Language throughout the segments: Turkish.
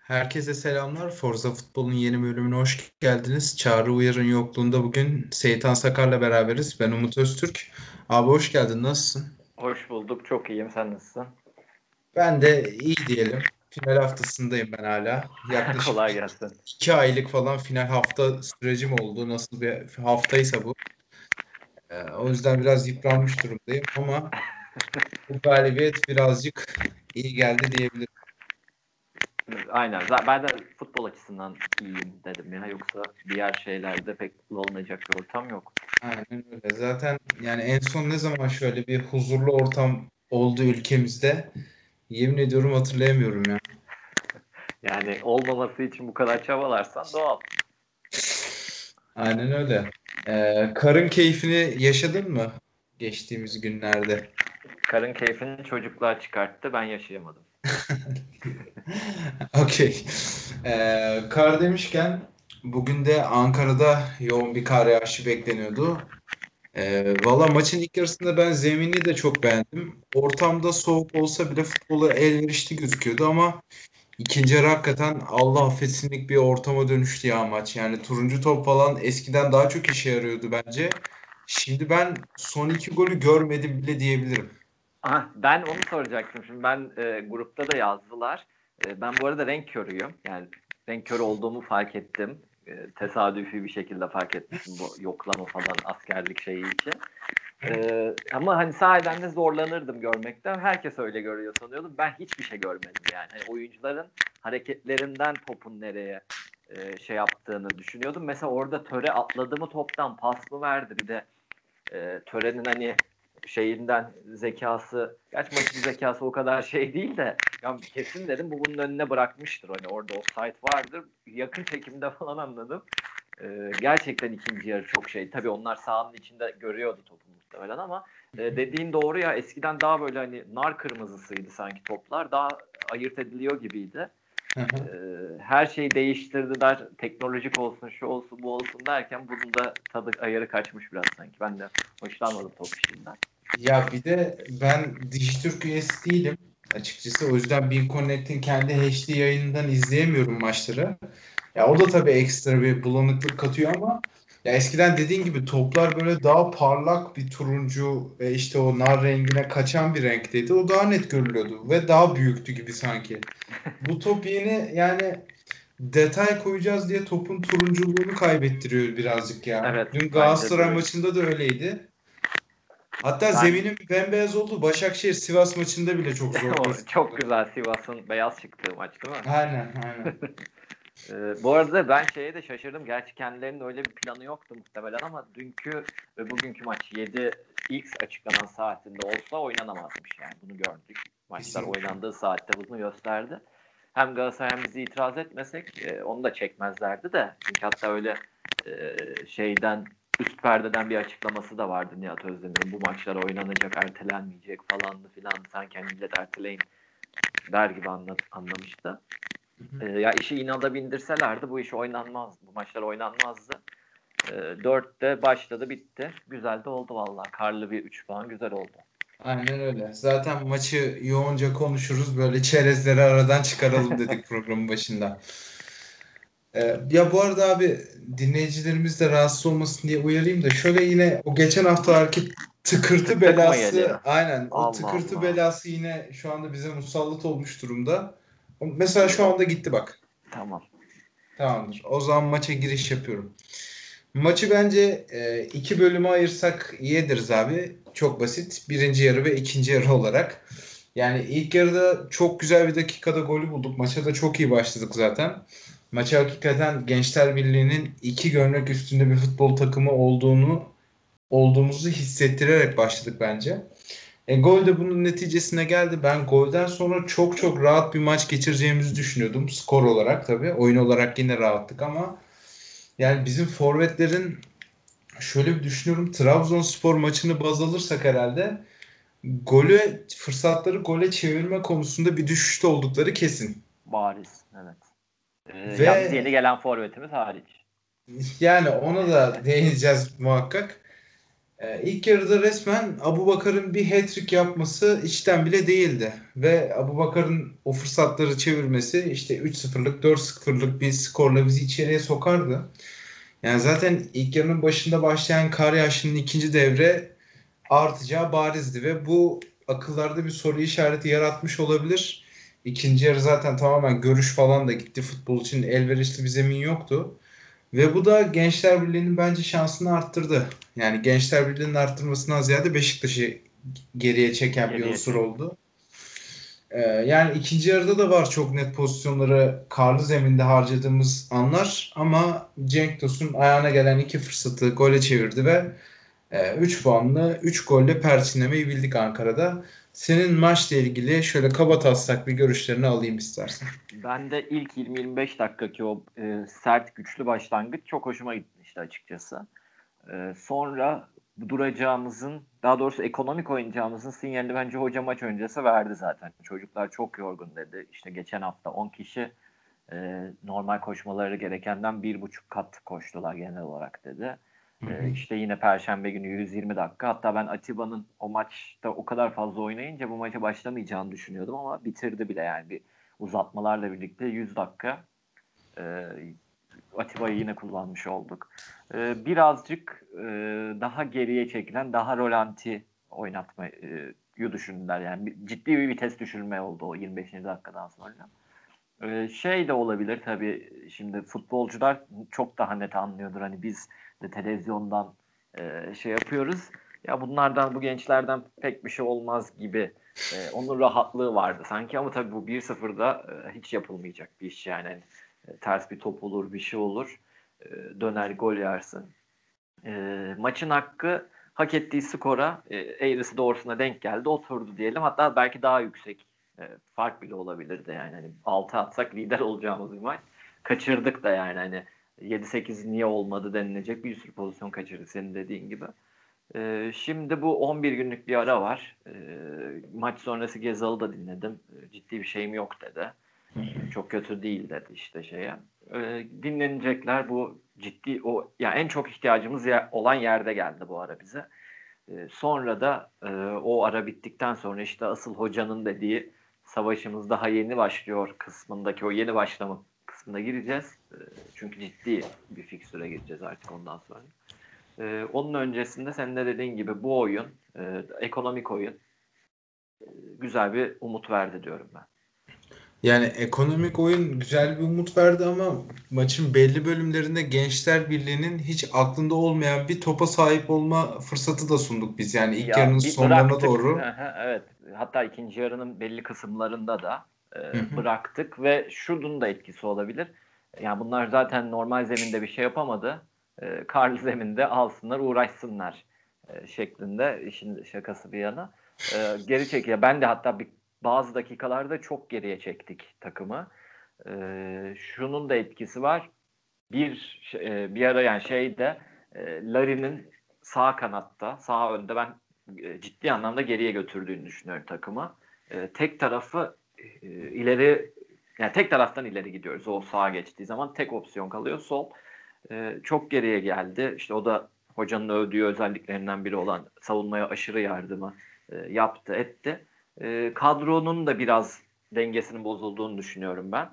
Herkese selamlar. Forza Futbol'un yeni bölümüne hoş geldiniz. Çağrı Uyar'ın yokluğunda bugün Seyitan Sakar'la beraberiz. Ben Umut Öztürk. Abi hoş geldin. Nasılsın? Hoş bulduk. Çok iyiyim. Sen nasılsın? Ben de iyi diyelim. Final haftasındayım ben hala. Yaklaşık Kolay gelsin. 2 aylık falan final hafta sürecim oldu. Nasıl bir haftaysa bu. O yüzden biraz yıpranmış durumdayım ama bu galibiyet birazcık iyi geldi diyebilirim. Aynen. Ben de futbol açısından iyiyim dedim ya. Yoksa diğer şeylerde pek olmayacak bir ortam yok. Aynen öyle. Zaten yani en son ne zaman şöyle bir huzurlu ortam oldu ülkemizde? Yemin ediyorum hatırlayamıyorum ya. Yani olmaması için bu kadar çabalarsan doğal. Aynen öyle. Karın keyfini yaşadın mı geçtiğimiz günlerde? Karın keyfini çocuklar çıkarttı. Ben yaşayamadım. Okey. Kar demişken bugün de Ankara'da yoğun bir kar yağışı bekleniyordu. Valla maçın ilk yarısında ben zemini de çok beğendim. Ortamda soğuk olsa bile futbola elverişli gözüküyordu ama İkinci yarı hakikaten Allah affetsinlik bir ortama dönüştü ya maç. Yani turuncu top falan eskiden daha çok işe yarıyordu bence. Şimdi ben son iki golü görmedim bile diyebilirim. Aha, ben onu soracaktım. Şimdi ben grupta da yazdılar. Ben bu arada renk körüyüm. Yani renk körü olduğumu fark ettim. Tesadüfi bir şekilde fark etmişim bu yoklama falan askerlik şeyi için. Ama hani sahiden de zorlanırdım görmekten. Herkes öyle görüyor sanıyordum. Ben hiçbir şey görmedim yani. Hani oyuncuların hareketlerinden topun nereye şey yaptığını düşünüyordum. Mesela orada Töre atladı mı toptan pas mı verdi? Bir de Töre'nin hani şeyinden zekası, gerçi maçın zekası o kadar şey değil de ya kesin dedim bu bunun önüne bırakmıştır. Hani orada offside vardır. Yakın çekimde falan anladım. Gerçekten ikinci yarı çok şey. Tabii onlar sahanın içinde görüyordu topu muhtemelen ama dediğin doğru ya, eskiden daha böyle hani nar kırmızısıydı sanki toplar. Daha ayırt ediliyor gibiydi. Hı hı. Her şeyi değiştirdiler. Teknolojik olsun, şu olsun, bu olsun derken bunun da tadı ayarı kaçmış biraz sanki. Ben de hoşlanmadım top işinden. Ya bir de ben Dijitürk üyesi değilim açıkçası. O yüzden Connect'in kendi HD yayınından izleyemiyorum maçları. Ya o da tabii ekstra bir bulanıklık katıyor ama ya eskiden dediğin gibi toplar böyle daha parlak bir turuncu ve işte o nar rengine kaçan bir renkteydi. O daha net görülüyordu ve daha büyüktü gibi sanki. Bu top yeni yani detay koyacağız diye topun turunculuğunu kaybettiriyor birazcık ya. Evet, Dün bence de Galatasaray öyle. maçında da öyleydi. Hatta Ben zeminin bembeyaz olduğu Başakşehir Sivas maçında bile çok zor o çok gözüküyordu. güzel Sivas'ın beyaz çıktığı maç değil mi? Aynen aynen. Bu arada ben şeye de şaşırdım. Gerçi kendilerinin öyle bir planı yoktu muhtemelen ama dünkü ve bugünkü maç 7 ilk açıklanan saatinde olsa oynanamazmış yani. Bunu gördük. Maçlar Kesinlikle. oynandığı saatte bunu gösterdi. Hem Galatasaray hem biz itiraz etmesek onu da çekmezlerdi de. Çünkü hatta öyle şeyden üst perdeden bir açıklaması da vardı Nihat Özdemir'in. Bu maçlar oynanacak, ertelenmeyecek falanlı filan. Sanki millet erteleyin der gibi anlamıştı. Ya işi inada bindirselerdi bu iş oynanmazdı. Bu maçlar oynanmazdı. 4'te başladı bitti. Güzel de oldu vallahi. Karlı bir 3 puan güzel oldu. Aynen öyle. Zaten maçı yoğunca konuşuruz. Böyle çerezleri aradan çıkaralım dedik programın başında. Ya bu arada abi dinleyicilerimiz de rahatsız olmasın diye uyarayım da şöyle yine o geçen haftalarki tıkırtı Tık tık mı belası geliyor? aynen o Allah tıkırtı Allah. belası yine şu anda bize musallat olmuş durumda. Mesela şu anda gitti bak. Tamam. Tamamdır. O zaman maça giriş yapıyorum. Maçı bence iki bölüme ayırsak iyi ederiz abi. Çok basit. Birinci yarı ve ikinci yarı olarak. Yani ilk yarıda çok güzel bir dakikada golü bulduk. Maça da çok iyi başladık zaten. Maça hakikaten Gençler Birliği'nin iki gömlek üstünde bir futbol takımı olduğumuzu hissettirerek başladık bence. Gol de bunun neticesine geldi. Ben golden sonra çok çok rahat bir maç geçireceğimizi düşünüyordum. Skor olarak tabii. Oyun olarak yine rahattık ama yani bizim forvetlerin şöyle bir düşünüyorum. Trabzonspor maçını baz alırsak herhalde fırsatları gole çevirme konusunda bir düşüşte oldukları kesin. Bariz. Evet. Yalnız Ve yeni gelen forvetimiz hariç. yani ona da değineceğiz muhakkak. İlk yarıda resmen Abubakar'ın bir hat-trick yapması içten bile değildi. Ve Abubakar'ın o fırsatları çevirmesi işte 3-0'lık 4-0'lık bir skorla bizi içeriye sokardı. Yani zaten ilk yarının başında başlayan kar yağışının ikinci devre artacağı barizdi ve bu akıllarda bir soru işareti yaratmış olabilir. İkinci yarı zaten tamamen görüş falan da gitti. Futbol için elverişli bir zemin yoktu. Ve bu da Gençler Birliği'nin bence şansını arttırdı. Yani Gençler Birliği'nin arttırmasından ziyade Beşiktaş'ı geriye çeken bir Geriye unsur çek. oldu. Yani ikinci yarıda da var çok net pozisyonları karlı zeminde harcadığımız anlar ama Cenk Tosun ayağına gelen iki fırsatı gole çevirdi ve 3 puanlı 3 golle perçinlemeyi bildik Ankara'da. Senin maçla ilgili şöyle kabataslak bir görüşlerini alayım istersen. Ben de ilk 20-25 dakikaki o sert güçlü başlangıç çok hoşuma gitmişti açıkçası. Sonra duracağımızın, daha doğrusu ekonomik oynayacağımızın sinyalini bence hoca maç öncesi verdi zaten. Çocuklar çok yorgun dedi. İşte geçen hafta 10 kişi normal koşmaları gerekenden 1,5 kat koştular genel olarak dedi. Hı hı. İşte yine Perşembe günü 120 dakika. Hatta ben Atiba'nın o maçta o kadar fazla oynayınca bu maça başlamayacağını düşünüyordum ama bitirdi bile yani bir uzatmalarla birlikte 100 dakika e, Atiba'yı yine kullanmış olduk. Birazcık daha geriye çekilen, daha rolanti oynatmayı düşündüler. Yani ciddi bir vites düşürme oldu o 25. dakikadan sonra. Şey de olabilir tabii, şimdi futbolcular çok daha net anlıyordur. Hani biz de televizyondan şey yapıyoruz. Ya bunlardan, bu gençlerden pek bir şey olmaz gibi. Onun rahatlığı vardı sanki ama tabii bu 1-0'da hiç yapılmayacak bir iş yani. Hani, ters bir top olur, bir şey olur. Döner gol yersin. Maçın hakkı hak ettiği skora eğrisi doğrusuna denk geldi. Oturdu diyelim. Hatta belki daha yüksek fark bile olabilirdi yani. Hani 6 atsak lider olacağımız bir maç. Kaçırdık da yani hani 7-8 niye olmadı denilecek bir sürü pozisyon kaçırdık senin dediğin gibi. Şimdi bu 11 günlük bir ara var. Maç sonrası Gezal'ı da dinledim. Ciddi bir şeyim yok dedi. Çok kötü değil dedi işte şeye. Dinlenecekler, bu ciddi o yani en çok ihtiyacımız olan yerde geldi bu ara bize. Sonra da o ara bittikten sonra işte asıl hocanın dediği savaşımız daha yeni başlıyor kısmındaki o yeni başlama kısmına gireceğiz. Çünkü ciddi bir fikstüre gireceğiz artık ondan sonra. Onun öncesinde senin de dediğin gibi bu oyun, ekonomik oyun güzel bir umut verdi diyorum ben. Yani ekonomik oyun güzel bir umut verdi ama maçın belli bölümlerinde Gençler Birliği'nin hiç aklında olmayan bir topa sahip olma fırsatı da sunduk biz. Yani ilk yarının Ya bir sonlarına bıraktık. doğru. Evet. Hatta ikinci yarının belli kısımlarında da Hı hı. bıraktık ve şunun da etkisi olabilir. Yani bunlar zaten normal zeminde bir şey yapamadı. Karlı zeminde alsınlar, uğraşsınlar şeklinde, işin şakası bir yana. Geri çekiyor. Ben de hatta bazı dakikalarda çok geriye çektik takımı. Şunun da etkisi var. Bir ara yani şeyde Larin'in sağ kanatta, sağ önde ben ciddi anlamda geriye götürdüğünü düşünüyorum takımı. Tek tarafı ileri, yani tek taraftan ileri gidiyoruz. O sağa geçtiği zaman tek opsiyon kalıyor sol. Çok geriye geldi. İşte o da hocanın övdüğü özelliklerinden biri olan savunmaya aşırı yardımı yaptı, etti. Kadronun da biraz dengesinin bozulduğunu düşünüyorum ben.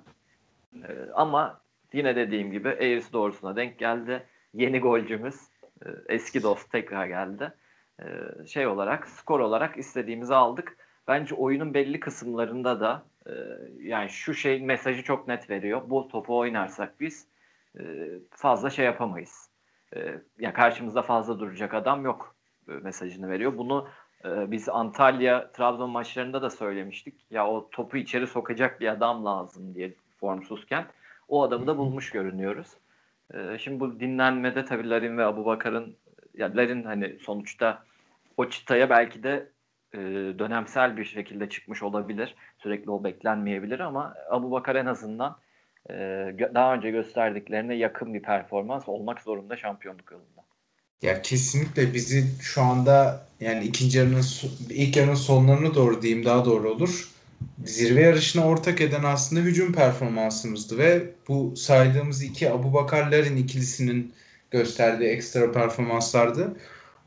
Ama yine dediğim gibi eğrisi doğrusuna denk geldi. Yeni golcümüz, eski dost tekrar geldi. Şey olarak, skor olarak istediğimizi aldık. Bence oyunun belli kısımlarında da yani şu şey mesajı çok net veriyor. Bu topu oynarsak biz e, fazla şey yapamayız. Ya karşımızda fazla duracak adam yok mesajını veriyor. Bunu biz Antalya, Trabzon maçlarında da söylemiştik. Ya o topu içeri sokacak bir adam lazım diye formsuzken. O adamı da bulmuş görünüyoruz. Şimdi bu dinlenmede tabii Larin ve Abubakar'ın, ya Larin hani sonuçta o çıtaya belki de dönemsel bir şekilde çıkmış olabilir. Sürekli o beklenmeyebilir ama Abubakar en azından daha önce gösterdiklerine yakın bir performans olmak zorunda şampiyonluk yolunda. Ya kesinlikle bizi şu anda yani ilk yarının sonlarına doğru diyeyim daha doğru olur. Zirve yarışına ortak eden aslında hücum performansımızdı ve bu saydığımız iki Abubakarların ikilisinin gösterdiği ekstra performanslardı.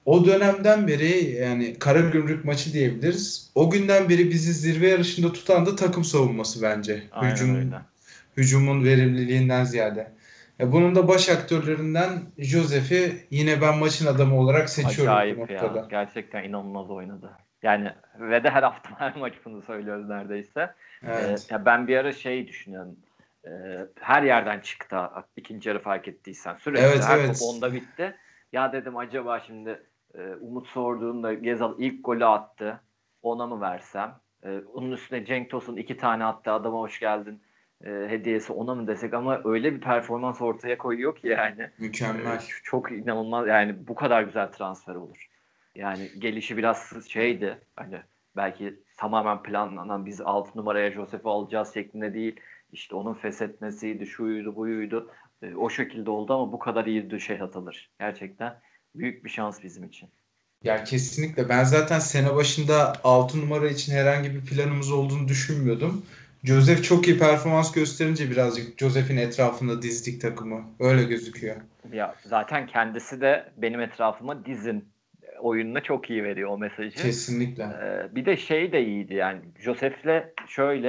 o dönemden beri yani Karagümrük maçı diyebiliriz. O günden beri bizi zirve yarışında tutan da takım savunması bence. Aynen öyle. Hücumun verimliliğinden ziyade. Bunun da baş aktörlerinden Josef'i yine ben maçın adamı olarak seçiyorum bu Acayip ya. noktada. Gerçekten inanılmaz oynadı. Yani ve de her hafta her maç bunu söylüyoruz neredeyse. Evet. Ya ben bir ara şey düşünüyorum. Her yerden çıktı ikinci yarı fark ettiysen. Sürekli Evet, her top evet. onda bitti. Ya dedim acaba şimdi Umut sorduğunda Gezal ilk golü attı. Ona mı versem? Onun üstüne Cenk Tosun 2 tane attı. Adama hoş geldin hediyesi ona mı desek, ama öyle bir performans ortaya koyuyor ki yani. Mükemmel. Çok inanılmaz yani, bu kadar güzel transfer olur. Yani gelişi biraz şeydi, hani belki tamamen planlanan, biz 6 numaraya Josef'i alacağız şeklinde değil, işte onun feshetmesiydi, şuydu buyuydu, o şekilde oldu ama bu kadar iyi düşey atılır. Gerçekten büyük bir şans bizim için. Ya kesinlikle. Ben zaten sene başında 6 numara için herhangi bir planımız olduğunu düşünmüyordum. Josef çok iyi performans gösterince birazcık Josef'in etrafında dizdik takımı. Öyle gözüküyor. Ya zaten kendisi de benim etrafıma dizin oyununa çok iyi veriyor o mesajı. Kesinlikle. Bir de şey de iyiydi yani, Joseph'le şöyle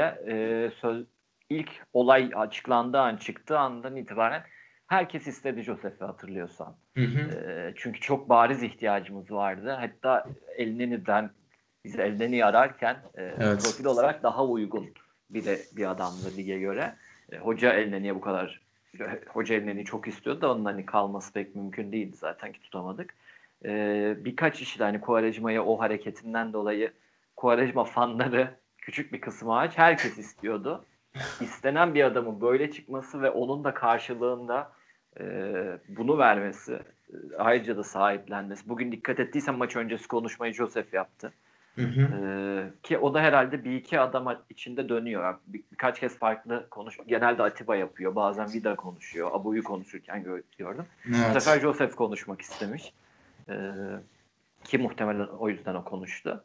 ilk olay açıklandığı an, çıktığı andan itibaren herkes istedi Joseph'i, hatırlıyorsan. Hı hı. Çünkü çok bariz ihtiyacımız vardı. Hatta Elneni'den, biz Elneni'yi ararken Evet. profil olarak daha uygun bir adamdı lige göre. Hoca Elneni'ye bu kadar, Hoca Elneni'yi çok istiyordu da onun hani kalması pek mümkün değildi zaten ki tutamadık. Birkaç işle hani Quaresma'ya o hareketinden dolayı Quaresma fanları küçük bir kısmı hariç herkes istiyordu. İstenen bir adamın böyle çıkması ve onun da karşılığında bunu vermesi, ayrıca da sahiplenmesi. Bugün dikkat ettiysen maç öncesi konuşmayı Joseph yaptı. Hı hı. Ki o da herhalde bir iki adam içinde dönüyor. Birkaç kez farklı genelde Atiba yapıyor. Bazen Vida konuşuyor. Abu'yu konuşurken gördüm. Bu sefer Evet. Joseph konuşmak istemiş. Ee, Ki muhtemelen o yüzden o konuştu.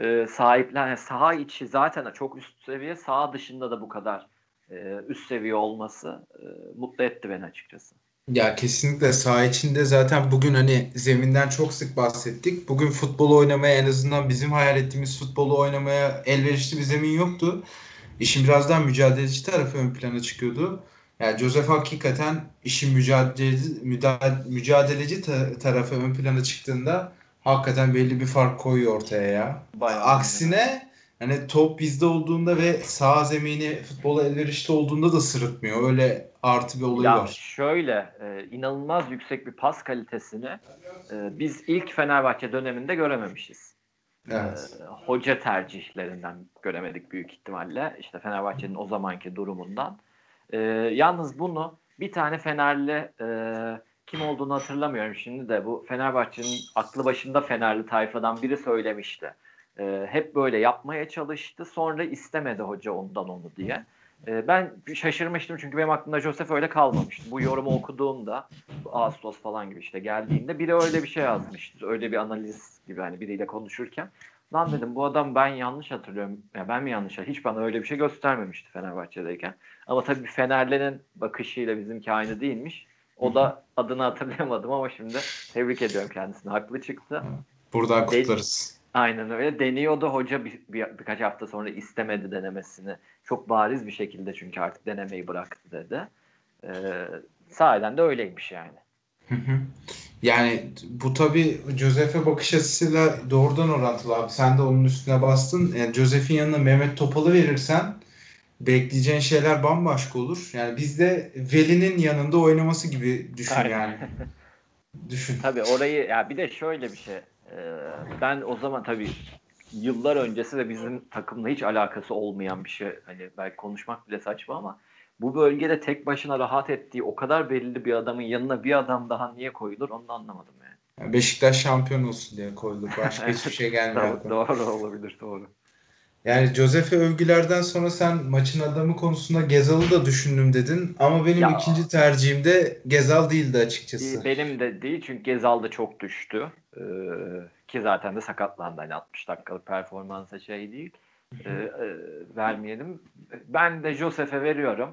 Saha içi zaten çok üst seviye. Saha dışında da bu kadar üst seviye olması mutlu etti beni açıkçası. Ya kesinlikle saha içinde zaten bugün hani zeminden çok sık bahsettik. Bugün futbolu oynamaya, en azından bizim hayal ettiğimiz futbolu oynamaya elverişli bir zemin yoktu. İşin biraz daha mücadeleci tarafı ön plana çıkıyordu. Yani Josef hakikaten işin mücadeleci tarafı ön plana çıktığında hakikaten belli bir fark koyuyor ortaya ya. Bayağı aynen öyle. Aksine hani top bizde olduğunda ve sağ zemini futbola elverişli olduğunda da sırıtmıyor. Öyle artı bir olayı Ya var. şöyle inanılmaz yüksek bir pas kalitesini biz ilk Fenerbahçe döneminde görememişiz. E, Evet. Hoca tercihlerinden göremedik büyük ihtimalle. İşte Fenerbahçe'nin o zamanki durumundan. Yalnız bunu bir tane Fenerli, kim olduğunu hatırlamıyorum şimdi de, bu Fenerbahçe'nin aklı başında Fenerli tayfadan biri söylemişti. Hep böyle yapmaya çalıştı. Sonra istemedi hoca ondan onu diye. Ben şaşırmıştım çünkü benim aklımda Josef öyle kalmamıştı. Bu yorumu okuduğumda, bu Ağustos falan gibi işte geldiğinde biri öyle bir şey yazmıştı. Öyle bir analiz gibi, hani biriyle konuşurken. Lan dedim, bu adam, ben yanlış hatırlıyorum. Ya ben mi yanlış hatırlıyorum? Hiç bana öyle bir şey göstermemişti Fenerbahçe'deyken. Ama tabii Fenerli'nin bakışıyla bizimki aynı değilmiş. Hı O hı. da adını hatırlayamadım ama şimdi tebrik ediyorum kendisini. Haklı çıktı. Buradan De, kutlarız. aynen öyle. Deniyordu hoca birkaç hafta sonra, istemedi denemesini. Çok bariz bir şekilde, çünkü artık denemeyi bıraktı dedi. Sahiden de öyleymiş yani. Hı hı. Yani bu tabii Josef'e bakış açısıyla doğrudan orantılı abi. Sen de onun üstüne bastın. Yani Josef'in yanına Mehmet Topal'ı verirsen bekleyeceğin şeyler bambaşka olur. Yani bizde Veli'nin yanında oynaması gibi düşün Aynen. yani. Düşün. Tabii orayı, ya bir de şöyle bir şey. Ben o zaman tabii yıllar öncesi ve bizim takımla hiç alakası olmayan bir şey. Hani belki konuşmak bile saçma ama bu bölgede tek başına rahat ettiği o kadar belli bir adamın yanına bir adam daha niye koyulur, onu da anlamadım yani. Yani Beşiktaş şampiyon olsun diye koyduk. Başka hiçbir Evet, şey gelmiyor aklıma. doğru olabilir, doğru. Yani Josef'e övgülerden sonra sen maçın adamı konusunda Gezal'ı da düşündüm dedin. Ama benim Ya ikinci tercihim de Gezal değildi açıkçası. benim de değil, çünkü Gezal da çok düştü. Ki zaten de sakatlandı. Hani 60 dakikalık performansa şey değil. Vermeyelim. Ben de Josef'e veriyorum.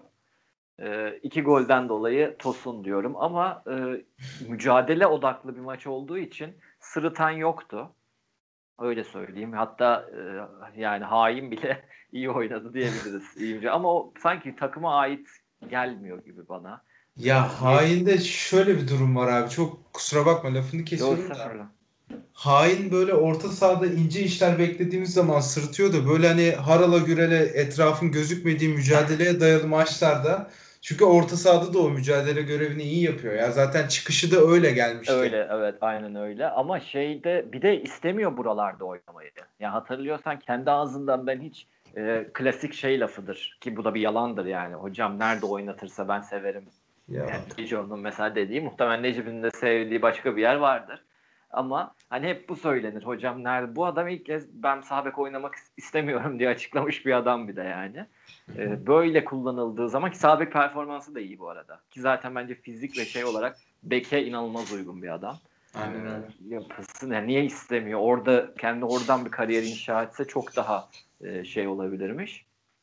2 golden dolayı Tosun diyorum. Ama mücadele odaklı bir maç olduğu için sırıtan yoktu. Öyle söyleyeyim. Hatta yani hain bile iyi oynadı diyebiliriz. İyiyince. Ama o sanki takıma ait gelmiyor gibi bana. Ya Niye? hainde şöyle bir durum var abi. Çok kusura bakma lafını Yo, kesiyorum da. sıfırla. Hain böyle orta sahada ince işler beklediğimiz zaman sırıtıyor da böyle hani harala gürele etrafın gözükmediği mücadeleye dayalı maçlarda, çünkü orta sahada da o mücadele görevini iyi yapıyor. Ya zaten çıkışı da öyle gelmişti. Öyle, evet, aynen öyle. Ama şeyde bir de istemiyor buralarda oynamayı. Ya hatırlıyorsan kendi ağzından ben hiç klasik şey lafıdır ki bu da bir yalandır yani. Hocam nerede oynatırsa ben severim. Yani Ya Neco'nun mesela dediği, muhtemelen Necip'in de sevdiği başka bir yer vardır. Ama hani hep bu söylenir. Hocam nerede? Bu adam ilk kez ben sağ bek oynamak istemiyorum diye açıklamış bir adam bir de yani. Böyle kullanıldığı zaman ki sağ bek performansı da iyi bu arada. Ki zaten bence fizik ve şey olarak beke inanılmaz uygun bir adam. aynen öyle. Yapısı ne? Niye istemiyor? Orada kendi oradan bir kariyer inşa etse çok daha şey olabilirmiş.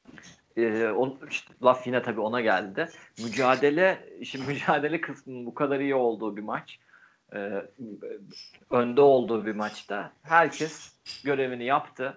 İşte laf yine tabii ona geldi. İşin mücadele kısmının bu kadar iyi olduğu bir maç, e, önde olduğu bir maçta herkes görevini yaptı.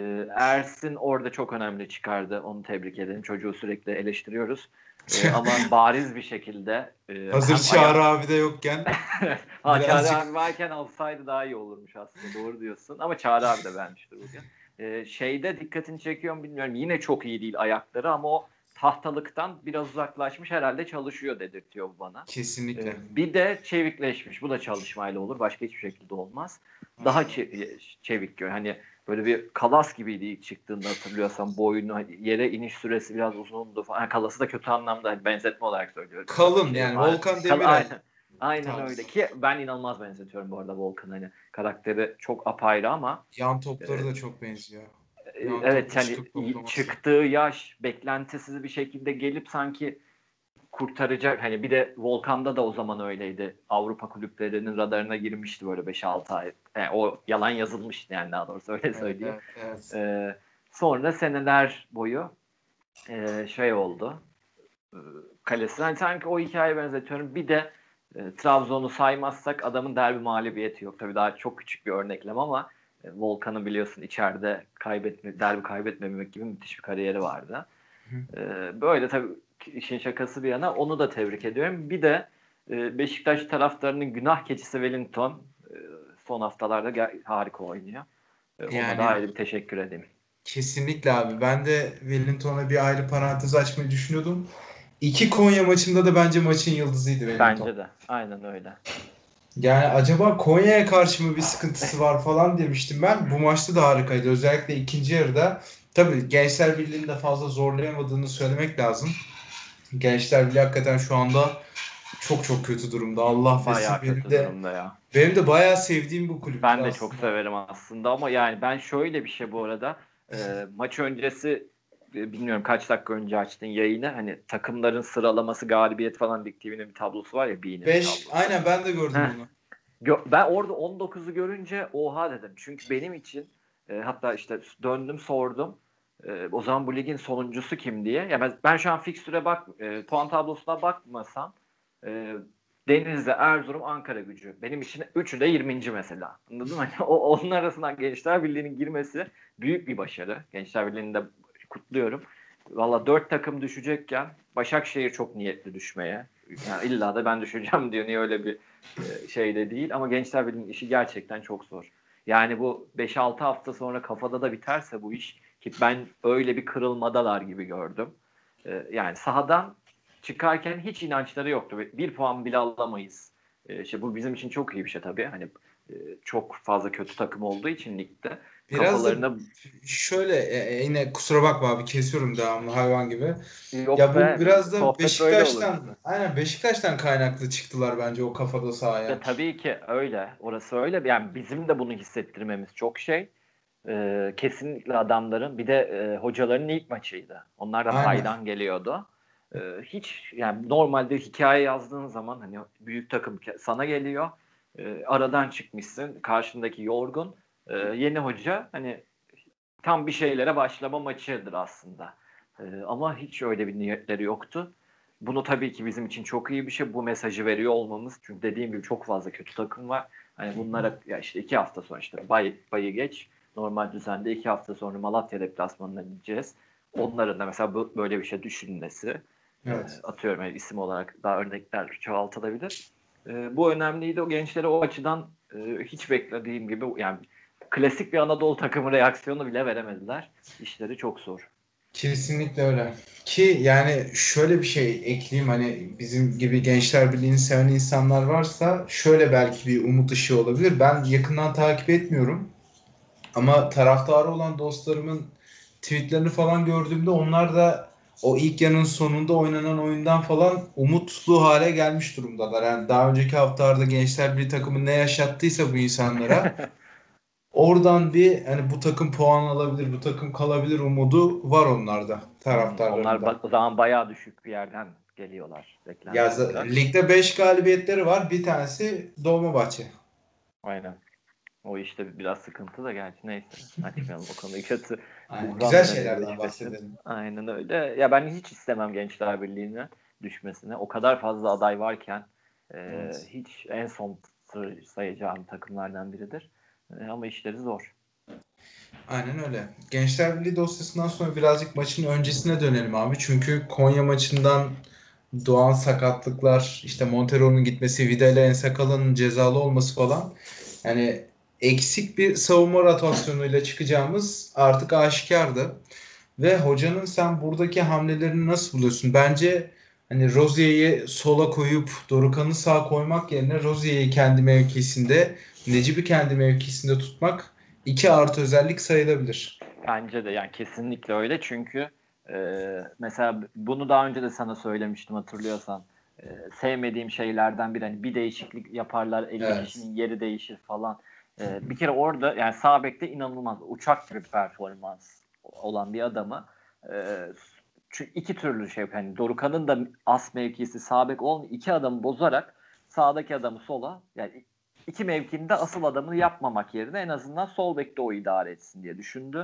Ersin orada çok önemli çıkardı. Onu tebrik edelim. Çocuğu sürekli eleştiriyoruz. Ama bariz bir şekilde Hazır hem Çağrı abi de yokken Çağrı birazcık abi varken olsaydı daha iyi olurmuş aslında. Doğru diyorsun. Ama Çağrı abi de vermiştir bugün. Şeyde dikkatini çekiyor mu bilmiyorum. Yine çok iyi değil ayakları ama o tahtalıktan biraz uzaklaşmış, herhalde çalışıyor dedirtiyor bu bana. kesinlikle. Bir de çevikleşmiş. Bu da çalışmayla olur. Başka hiçbir şekilde olmaz. Daha Aynen. çevik görüyor. Hani böyle bir kalas gibiydi ilk çıktığında, hatırlıyorsan. Boynu, yere iniş süresi biraz uzundu falan. Yani kalası da kötü anlamda, hani benzetme olarak söylüyorum. Öyle bir Kalın şey yani var. Volkan Demirel Aynen öyle tarzı. ki ben inanılmaz benzetiyorum bu arada Volkan, hani karakteri çok apayrı ama Yan e, topları da çok benziyor. Yan evet, toplu hani çıkıp toplaması. çıktığı yaş beklentisiz bir şekilde gelip sanki kurtaracak. Hani bir de Volkan'da da o zaman öyleydi. Avrupa kulüplerinin radarına girmişti böyle 5-6 ay. Yani o yalan yazılmıştı yani, daha doğrusu öyle Evet, söyleyeyim. evet, evet. Sonra seneler boyu şey oldu. E, Kalesi. Hani sanki o hikaye benzetiyorum. Bir de Trabzon'u saymazsak adamın derbi mağlubiyeti yok. Tabii daha çok küçük bir örneklem ama Volkan'ın biliyorsun içeride derbi kaybetmemek gibi müthiş bir kariyeri vardı. Hı. Böyle tabii, işin şakası bir yana, onu da tebrik ediyorum. Bir de Beşiktaş taraftarının günah keçisi Wellington e, son haftalarda harika oynuyor. Ona da Yani ayrı bir teşekkür edeyim. kesinlikle abi. Ben de Wellington'a bir ayrı parantez açmayı düşünüyordum. İki Konya maçında da bence maçın yıldızıydı Wellington. Bence de. Aynen öyle. Yani acaba Konya'ya karşı mı bir sıkıntısı var falan demiştim ben. Bu maçta da harikaydı. Özellikle ikinci yarıda. Tabii Gençler Birliği'ni de fazla zorlayamadığını söylemek lazım. Gençler Birliği hakikaten şu anda çok çok kötü durumda. Allah affetsin. Bayağı kötü durumda ya. Benim de bayağı sevdiğim bu kulüptür Ben de çok aslında. severim aslında ama yani ben şöyle bir şey bu arada, maç öncesi bilmiyorum kaç dakika önce açtın yayını, hani takımların sıralaması, galibiyet falan, Lig TV'nin bir tablosu var ya, Bean'in bir 5 tablosu. aynen ben de gördüm Heh. onu. Ben orada 19'u görünce oha dedim. Çünkü benim için hatta işte döndüm sordum. O zaman bu ligin sonuncusu kim diye. Ya ben şu an fikstüre puan tablosuna bakmasam e, Denizli, Erzurum, Ankara Gücü. Benim için üçü de 20. mesela. Anladın mı? Hani onun arasından Gençler Birliği'nin girmesi büyük bir başarı. Gençler Birliği'ni de kutluyorum. Valla 4 takım düşecekken Başakşehir çok niyetli düşmeye. Yani illa da ben düşeceğim diyor. Niye öyle bir şey de değil, ama Gençler Birliği'nin işi gerçekten çok zor. Yani bu 5-6 hafta sonra kafada da biterse bu iş, ki ben öyle bir kırılmadalar gibi gördüm. Yani sahadan çıkarken hiç inançları yoktu. Bir puan bile alamayız. İşte bu bizim için çok iyi bir şey tabii. Hani çok fazla kötü takım olduğu için ligde Biraz da kafalarına şöyle yine kusura bakma abi kesiyorum devamlı hayvan gibi. yok Ya bu be, biraz da sohbet böyle olur bizde. Beşiktaş'tan kaynaklı çıktılar bence o kafada Ya sahaya. tabii ki öyle. Orası öyle. Yani bizim de bunu hissettirmemiz çok şey. Kesinlikle adamların, bir de hocaların ilk maçıydı. Onlar da Aynen. paydan geliyordu. Hiç yani normalde hikaye yazdığın zaman hani büyük takım sana geliyor. Aradan çıkmışsın. Karşındaki yorgun. Yeni hoca, hani tam bir şeylere başlama maçıdır aslında. Ama hiç öyle bir niyetleri yoktu. Bunu tabii ki bizim için çok iyi bir şey. Bu mesajı veriyor olmamız. Çünkü dediğim gibi çok fazla kötü takım var. Hani bunlara ya işte 2 hafta sonra işte bayı geç. Normal düzende 2 hafta sonra Malatya deplasmanına gideceğiz. Onların da mesela böyle bir şey düşünmesi Evet. atıyorum yani isim olarak daha örnekler çoğaltılabilir. Bu önemliydi. O gençlere o açıdan hiç beklediğim gibi yani klasik bir Anadolu takımı reaksiyonu bile veremediler. İşleri çok zor. Kesinlikle öyle. Ki yani şöyle bir şey ekleyeyim, hani bizim gibi Gençler Birliği'ni seven insanlar varsa şöyle belki bir umut ışığı olabilir. Ben yakından takip etmiyorum ama taraftarı olan dostlarımın tweetlerini falan gördüğümde onlar da o ilk yarının sonunda oynanan oyundan falan umutlu hale gelmiş durumdalar. Yani daha önceki haftalarda Gençler Birliği takımı ne yaşattıysa bu insanlara oradan bir hani bu takım puan alabilir, bu takım kalabilir umudu var onlarda, Onlar taraftarlarında. o zaman bayağı düşük bir yerden geliyorlar. Ya Beklenti olarak. ligde 5 galibiyetleri var. Bir tanesi Dolmabahçe. Aynen. O işte biraz sıkıntı da gerçi neyse. Açmayalım o konuyu kötü. Yani Buhran güzel dönemi şeylerden Beşiktaş'ın. bahsedelim. Aynen öyle. Ya ben hiç istemem Gençler Birliği'ne düşmesine. O kadar fazla aday varken Evet. hiç en son sayacağım takımlardan biridir. Ama işleri zor. Aynen öyle. Gençler Birliği dosyasından sonra birazcık maçın öncesine dönelim abi. Çünkü Konya maçından doğan sakatlıklar, işte Montero'nun gitmesi, Vida ile Ensakala'nın cezalı olması falan. Yani eksik bir savunma rotasyonuyla çıkacağımız artık aşikardı. Ve hocanın sen buradaki hamlelerini nasıl buluyorsun? Bence hani Rozier'i sola koyup Dorukhan'ı sağa koymak yerine Rozier'i kendi mevkisinde, Necip'i kendi mevkisinde tutmak 2 artı özellik sayılabilir. Bence de yani kesinlikle öyle çünkü mesela bunu daha önce de sana söylemiştim hatırlıyorsan. Sevmediğim şeylerden biri hani bir değişiklik yaparlar 50 Evet. kişinin yeri değişir falan. Bir kere orada yani sağ bekte inanılmaz uçak gibi performans olan bir adamı çünkü iki türlü şey yapıyor. Yani Dorukhan'ın da as mevkisi sağ bek olmuyor. İki adamı bozarak sağdaki adamı sola yani iki mevkinde asıl adamını yapmamak yerine en azından sol bekte o idare etsin diye düşündü.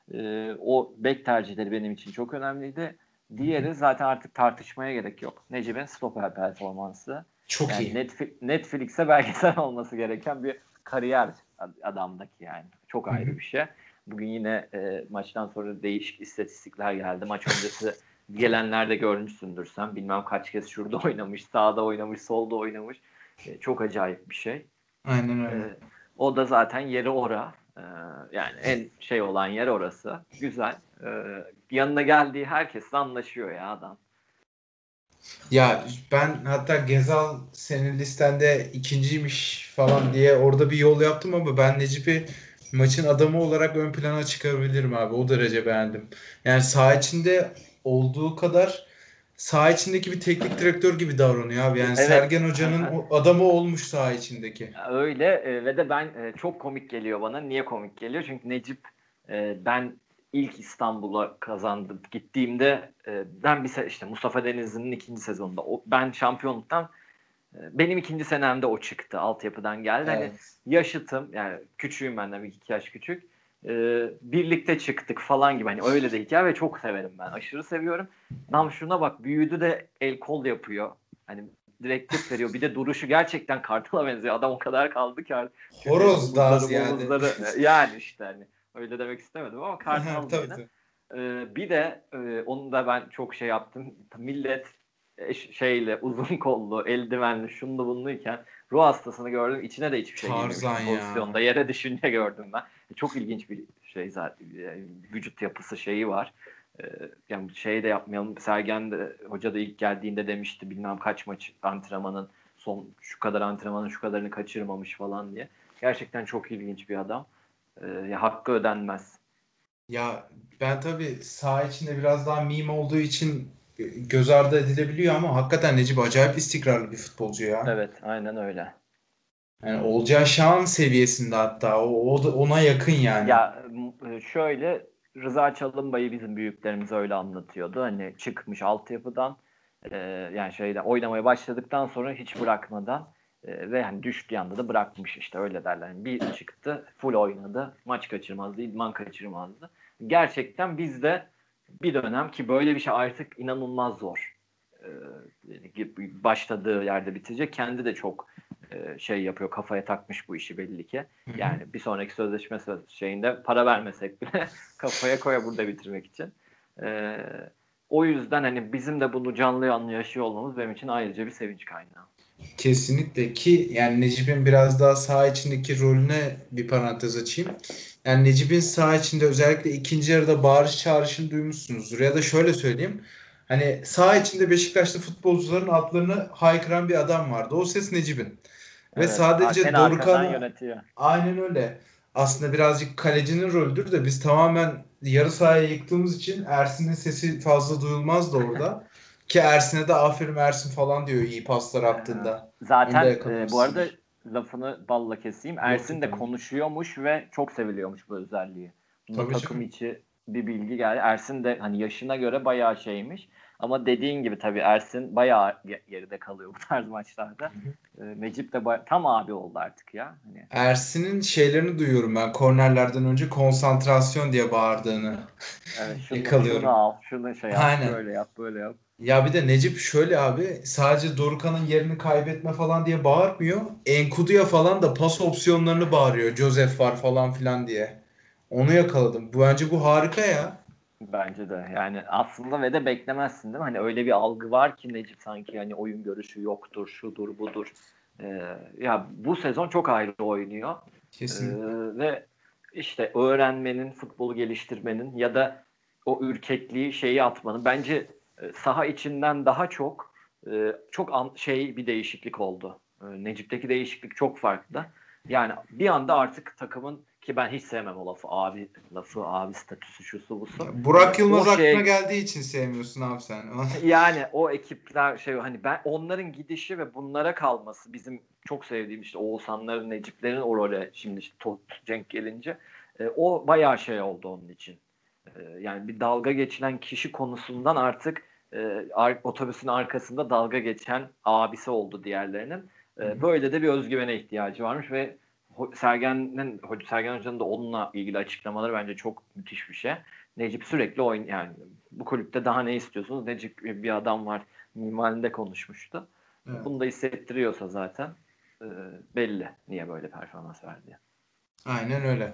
O bek tercihleri benim için çok önemliydi. Diğeri zaten artık tartışmaya gerek yok. Necip'in stoper performansı. Çok Yani iyi. Netflix'e belgesel olması gereken bir kariyer adamdaki yani. Çok Hı hı. ayrı bir şey. Bugün yine maçtan sonra değişik istatistikler geldi. Maç öncesi gelenler de görmüşsündür sen. Bilmem kaç kez şurada oynamış, sağda oynamış, solda oynamış. Çok acayip bir şey. Aynen öyle. E, O da zaten yeri ora. Yani en şey olan yer orası. Güzel. Yanına geldiği herkesle anlaşıyor ya adam. Ya ben hatta Gezal senin listende ikinciymiş falan diye orada bir yol yaptım ama ben Necip'i maçın adamı olarak ön plana çıkarabilirim abi. O derece beğendim. Yani saha içinde olduğu kadar saha içindeki bir teknik direktör gibi davranıyor abi. Yani Evet. Sergen Hoca'nın o adamı olmuş saha içindeki. Öyle ve de ben çok komik geliyor bana. Niye komik geliyor? Çünkü Necip ben ilk İstanbul'a kazandım. Gittiğimde ben işte Mustafa Denizli'nin ikinci sezonunda ben şampiyonluktan benim ikinci senemde o çıktı. Altyapıdan geldi. Hani Evet. yaşıtım yani küçüğüm benden bir iki yaş küçük. Birlikte çıktık falan gibi. Hani öyle de hikaye ve çok severim ben. Aşırı seviyorum. Tam şuna bak büyüdü de el kol yapıyor. Hani direktif veriyor. Bir de duruşu gerçekten Kartal'a benziyor. Adam o kadar kaldı ki artık. Çünkü Horoz daha omuzları ziyade. omuzları yani işte hani öyle demek istemedim ama Kartal Tabii diyelim. tabii. Bir de onu da ben çok şey yaptım. Millet şeyle uzun kollu, eldivenli, şunlu bunluyken ruh hastasını gördüm. İçine de hiçbir şey Tarzan girmemiş ya. pozisyonda. Yere düşünce gördüm ben. Çok ilginç bir şey zaten. Vücut yapısı şeyi var. Yani şey de yapmayalım. Sergen de hoca da ilk geldiğinde demişti bilmem kaç maç antrenmanın son şu kadar antrenmanın şu kadarını kaçırmamış falan diye. Gerçekten çok ilginç bir adam. Ya, hakkı ödenmez. Ya ben tabii saha içinde biraz daha meme olduğu için göz ardı edilebiliyor ama hakikaten Necip acayip istikrarlı bir futbolcu ya. Evet, aynen öyle. Yani Olcay Şahan seviyesinde hatta o da ona yakın yani. Ya şöyle Rıza Çalınbay'ı bizim büyüklerimiz öyle anlatıyordu. Hani çıkmış altyapıdan yani şeyden oynamaya başladıktan sonra hiç bırakmadan ve hani düştüğü anda da bırakmış işte öyle derler. Yani bir çıktı full oynadı. Maç kaçırmazdı, idman kaçırmazdı. Gerçekten bizde bir dönem ki böyle bir şey artık inanılmaz zor. Başladığı yerde bitirecek. Kendi de çok şey yapıyor, kafaya takmış bu işi belli ki. Hı hı. Yani bir sonraki sözleşme şeyinde para vermesek bile kafaya koya burada bitirmek için. O yüzden hani bizim de bunu canlı canlı yaşıyor olmamız benim için ayrıca bir sevinç kaynağı. Kesinlikle ki yani Necip'in biraz daha saha içindeki rolüne bir parantez açayım. Yani Necip'in saha içinde özellikle ikinci yarıda bağırış çağrışını duymuşsunuzdur. Ya da şöyle söyleyeyim. Hani saha içinde Beşiktaşlı futbolcuların adlarını haykıran bir adam vardı. O ses Necip'in. Ve Evet, sadece seni arkadan Dorukhan'ı yönetiyor. aynen öyle. Aslında birazcık kalecinin rolüdür de biz tamamen yarı sahaya yıktığımız için Ersin'in sesi fazla duyulmazdı orada. Ki Ersin'e de aferin Ersin falan diyor iyi paslar attığında. Onu da Zaten bu arada yakalamışsındır. lafını balla keseyim. Yok Ersin yok de abi. konuşuyormuş ve çok seviliyormuş bu özelliği. Bunda Tabii takım canım. içi bir bilgi geldi. Ersin de hani yaşına göre bayağı şeymiş. Ama dediğin gibi tabii Ersin bayağı geride kalıyor bu tarz maçlarda. Necip de tam abi oldu artık ya. Hani Ersin'in şeylerini duyuyorum ben. Kornerlerden önce konsantrasyon diye bağırdığını evet, şunu yakalıyorum. al, şunu şey yap, Aynen. şöyle yap, böyle yap. Ya bir de Necip şöyle abi sadece Dorukhan'ın yerini kaybetme falan diye bağırmıyor. Enkudu'ya falan da pas opsiyonlarını bağırıyor. Joseph var falan filan diye. Onu yakaladım. Bence bu harika ya. Bence de. Yani aslında ve de beklemezsin değil mi? Hani öyle bir algı var ki Necip sanki hani oyun görüşü yoktur, şudur, budur. Ya bu sezon çok ayrı oynuyor. Ee, Kesinlikle. Ve işte öğrenmenin, futbolu geliştirmenin ya da o ürkekliği şeyi atmanın bence saha içinden daha çok şey bir değişiklik oldu. Necip'teki değişiklik çok farklı. Yani bir anda artık takımın ki ben hiç sevmem o lafı abi statüsü şusu busu. Hani Burak o Yılmaz aklına şey geldiği için sevmiyorsun abi sen. yani o ekipler şey hani ben onların gidişi ve bunlara kalması bizim çok sevdiğim işte Oğuzhanların, Neciplerin o role şimdi işte Cenk gelince o bayağı şey oldu onun için. Yani bir dalga geçilen kişi konusundan artık otobüsün arkasında dalga geçen abisi oldu diğerlerinin. Böyle de bir özgüvene ihtiyacı varmış ve Sergen Hoca'nın da onunla ilgili açıklamaları bence çok müthiş bir şey. Necip sürekli yani bu kulüpte daha ne istiyorsunuz? Necip bir adam var minvalinde konuşmuştu. Evet. Bunu da hissettiriyorsa zaten e, belli niye böyle performans verdi. Aynen öyle.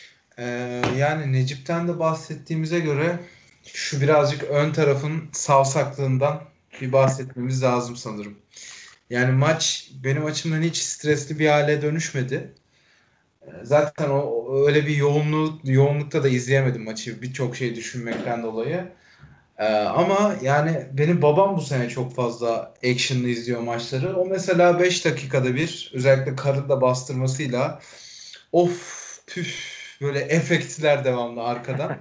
Yani Necip'ten de bahsettiğimize göre şu birazcık ön tarafın savsaklığından bir bahsetmemiz lazım sanırım. Yani maç benim açımdan hiç stresli bir hale dönüşmedi. Zaten öyle bir yoğunlukta da izleyemedim maçı birçok şey düşünmekten dolayı. Ama yani benim babam bu sene çok fazla action'lı izliyor maçları. O mesela 5 dakikada bir özellikle karın da bastırmasıyla of püf böyle efektler devamlı arkadan.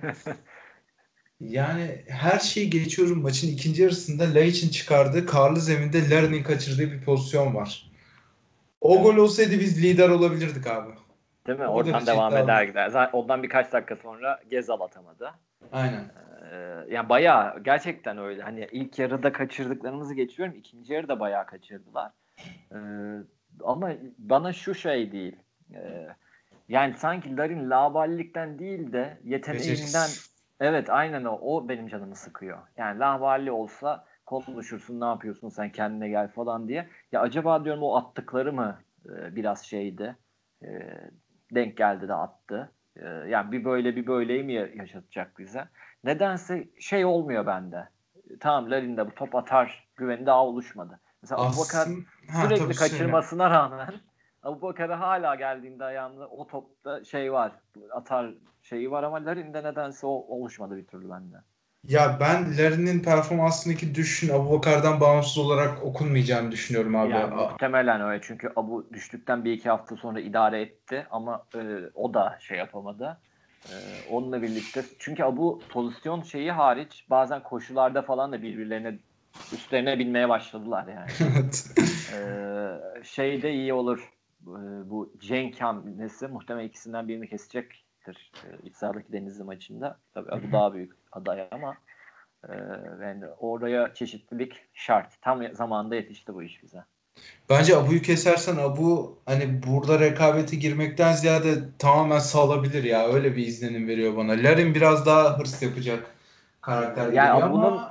Yani her şeyi geçiyorum. Maçın ikinci yarısında Laiç'in çıkardığı karlı zeminde Larin'in kaçırdığı bir pozisyon var. O gol Evet. olsaydı biz lider olabilirdik abi. Değil mi? O Oradan derece devam eder iddialıyım. gider. Zaten ondan birkaç dakika sonra Gezal atamadı. Aynen. Yani bayağı gerçekten öyle. Hani ilk yarıda kaçırdıklarımızı geçiyorum. İkinci yarıda bayağı kaçırdılar. Ee, Ama bana şu şey değil. Ee, Yani sanki Larin laballikten değil de yeteneğinden Beceriksiz. evet aynen o benim canımı sıkıyor. Yani laballi olsa konuşursun ne yapıyorsun sen kendine gel falan diye. Ya acaba diyorum o attıkları mı biraz şeydi e, denk geldi de attı. Yani bir böyle bir böyleyi mi yaşatacak bize? Nedense şey olmuyor bende. Tamam Larin'de bu top atar güveni daha oluşmadı. Mesela Abubakar Aslında ha tabii sürekli söyle. kaçırmasına rağmen Abubakar'a hala geldiğinde ayağında o topta şey var. Atar şeyi var ama Larin'de nedense o oluşmadı bir türlü bende. Ya ben Larin'in performansındaki düşüşün Abubakar'dan bağımsız olarak okunmayacağını düşünüyorum abi. Yani muhtemelen öyle çünkü Abu düştükten bir iki hafta sonra idare etti ama o da şey yapamadı. Onunla birlikte çünkü Abu pozisyon şeyi hariç bazen koşularda falan da birbirlerine üstlerine binmeye başladılar yani. Evet. Şey de iyi olur. Bu Cenk hamlesi muhtemelen ikisinden birini kesecektir. İç sahadaki Denizli maçında. Tabii bu daha büyük aday ama e, yani oraya çeşitlilik şart. Tam zamanında yetişti bu iş bize. Bence Abu'yu kesersen Abu hani burada rekabete girmekten ziyade tamamen salabilir ya. Öyle bir izlenim veriyor bana. Larin biraz daha hırs yapacak karakter Yani geliyor Abu'nun ama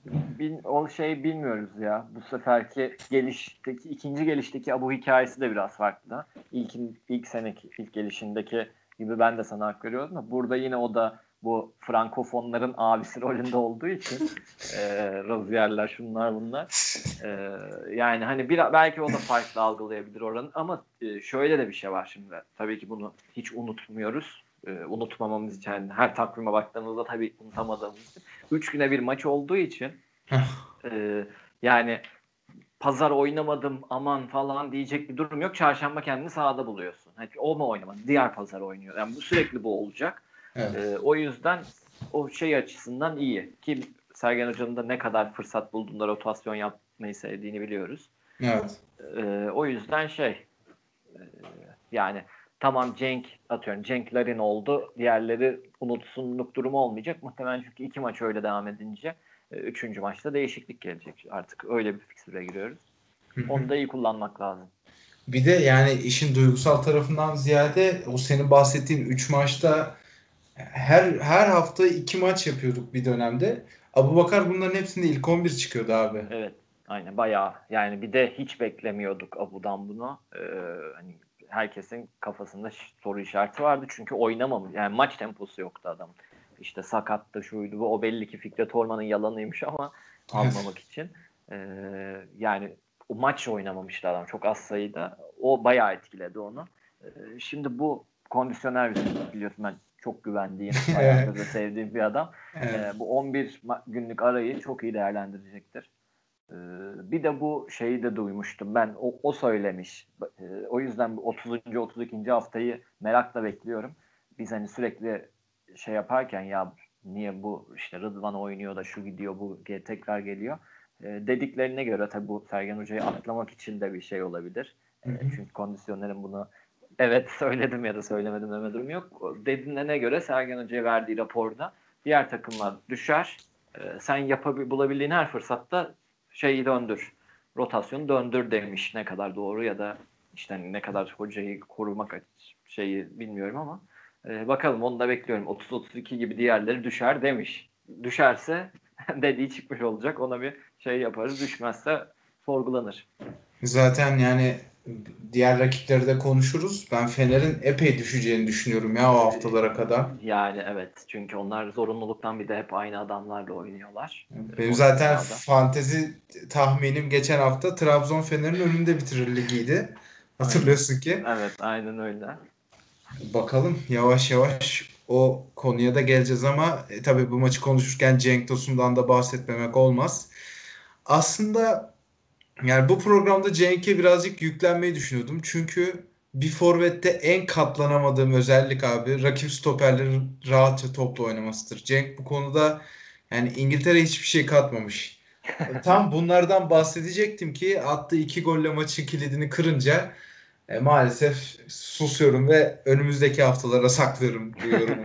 O şey bilmiyoruz ya. Bu seferki ikinci gelişteki Abu hikayesi de biraz farklı. İlk gelişindeki gibi ben de sana hak veriyordum da burada yine o da bu Frankofonların abisi rolünde olduğu için Rozier'ler şunlar bunlar. Yani hani belki o da farklı algılayabilir oranın ama şöyle de bir şey var şimdi. Tabii ki bunu hiç unutmuyoruz. Unutmamamız için yani her takvime baktığımızda tabii unutamadığımız için 3 güne bir maç olduğu için yani pazar oynamadım aman falan diyecek bir durum yok. Çarşamba kendini sahada buluyorsun. Hani o mu oynamadı? Diğer pazar oynuyor. Yani sürekli bu olacak. Evet. O yüzden o şey açısından iyi. Ki Sergen Hoca'nın da ne kadar fırsat bulduğunda rotasyon yapmayı sevdiğini biliyoruz. Evet. O yüzden yani tamam Cenk Larin oldu. Diğerleri unutsunluk durumu olmayacak. Muhtemelen çünkü 2 maç öyle devam edince 3. maçta değişiklik gelecek. Artık öyle bir fikstüre giriyoruz. Onu da iyi kullanmak lazım. Bir de yani işin duygusal tarafından ziyade o senin bahsettiğin 3 maçta her hafta 2 maç yapıyorduk bir dönemde. Abubakar bunların hepsinde ilk 11 çıkıyordu abi. Evet. Aynen bayağı. Yani bir de hiç beklemiyorduk Abu'dan bunu. Hani herkesin kafasında soru işareti vardı. Çünkü oynamamış. Yani maç temposu yoktu adam. İşte sakattı şuydu bu. O belli ki Fikret Orman'ın yalanıymış ama almamak için. Yani o maç oynamamıştı adam. Çok az sayıda. O bayağı etkiledi onu. Şimdi bu kondisyoner biliyorsun ben çok güvendiğim, bayağı da sevdiğim bir adam. Evet. Bu 11 günlük arayı çok iyi değerlendirecektir. Bir de bu şeyi de duymuştum. Ben o söylemiş. O yüzden 30. 32. haftayı merakla bekliyorum. Biz hani sürekli şey yaparken ya niye bu işte Rıdvan oynuyor da şu gidiyor bu tekrar geliyor. Dediklerine göre tabii bu Sergen Hoca'yı atlamak için de bir şey olabilir. Çünkü kondisyonerin bunu evet söyledim ya da söylemedim deme durum yok. Dediğine göre Sergen Hoca'ya verdiği raporda diğer takımlar düşer. Sen bulabildiğin her fırsatta şeyi döndür. Rotasyonu döndür demiş. Ne kadar doğru ya da işte hani ne kadar hocayı korumak şeyi bilmiyorum ama bakalım onu da bekliyorum. 30-32 gibi diğerleri düşer demiş. Düşerse dediği çıkmış olacak. Ona bir şey yaparız. Düşmezse sorgulanır. Zaten yani diğer rakipleri de konuşuruz. Ben Fener'in epey düşeceğini düşünüyorum ya o haftalara kadar. Yani evet. Çünkü onlar zorunluluktan bir de hep aynı adamlarla oynuyorlar. Benim Orta zaten sahada. fantezi tahminim geçen hafta Trabzon Fener'in önünde bitirir ligiydi. Hatırlıyorsun ki. Evet, aynen öyle. Bakalım yavaş yavaş o konuya da geleceğiz ama tabii bu maçı konuşurken Cenk Tosun'dan da bahsetmemek olmaz. Aslında yani bu programda Cenk'e birazcık yüklenmeyi düşünüyordum. Çünkü bir forvette en katlanamadığım özellik abi rakip stoperlerin rahatça topla oynamasıdır. Cenk bu konuda yani İngiltere hiçbir şey katmamış. Tam bunlardan bahsedecektim ki attığı 2 golle maçın kilidini kırınca maalesef susuyorum ve önümüzdeki haftalara saklıyorum bu yorumu.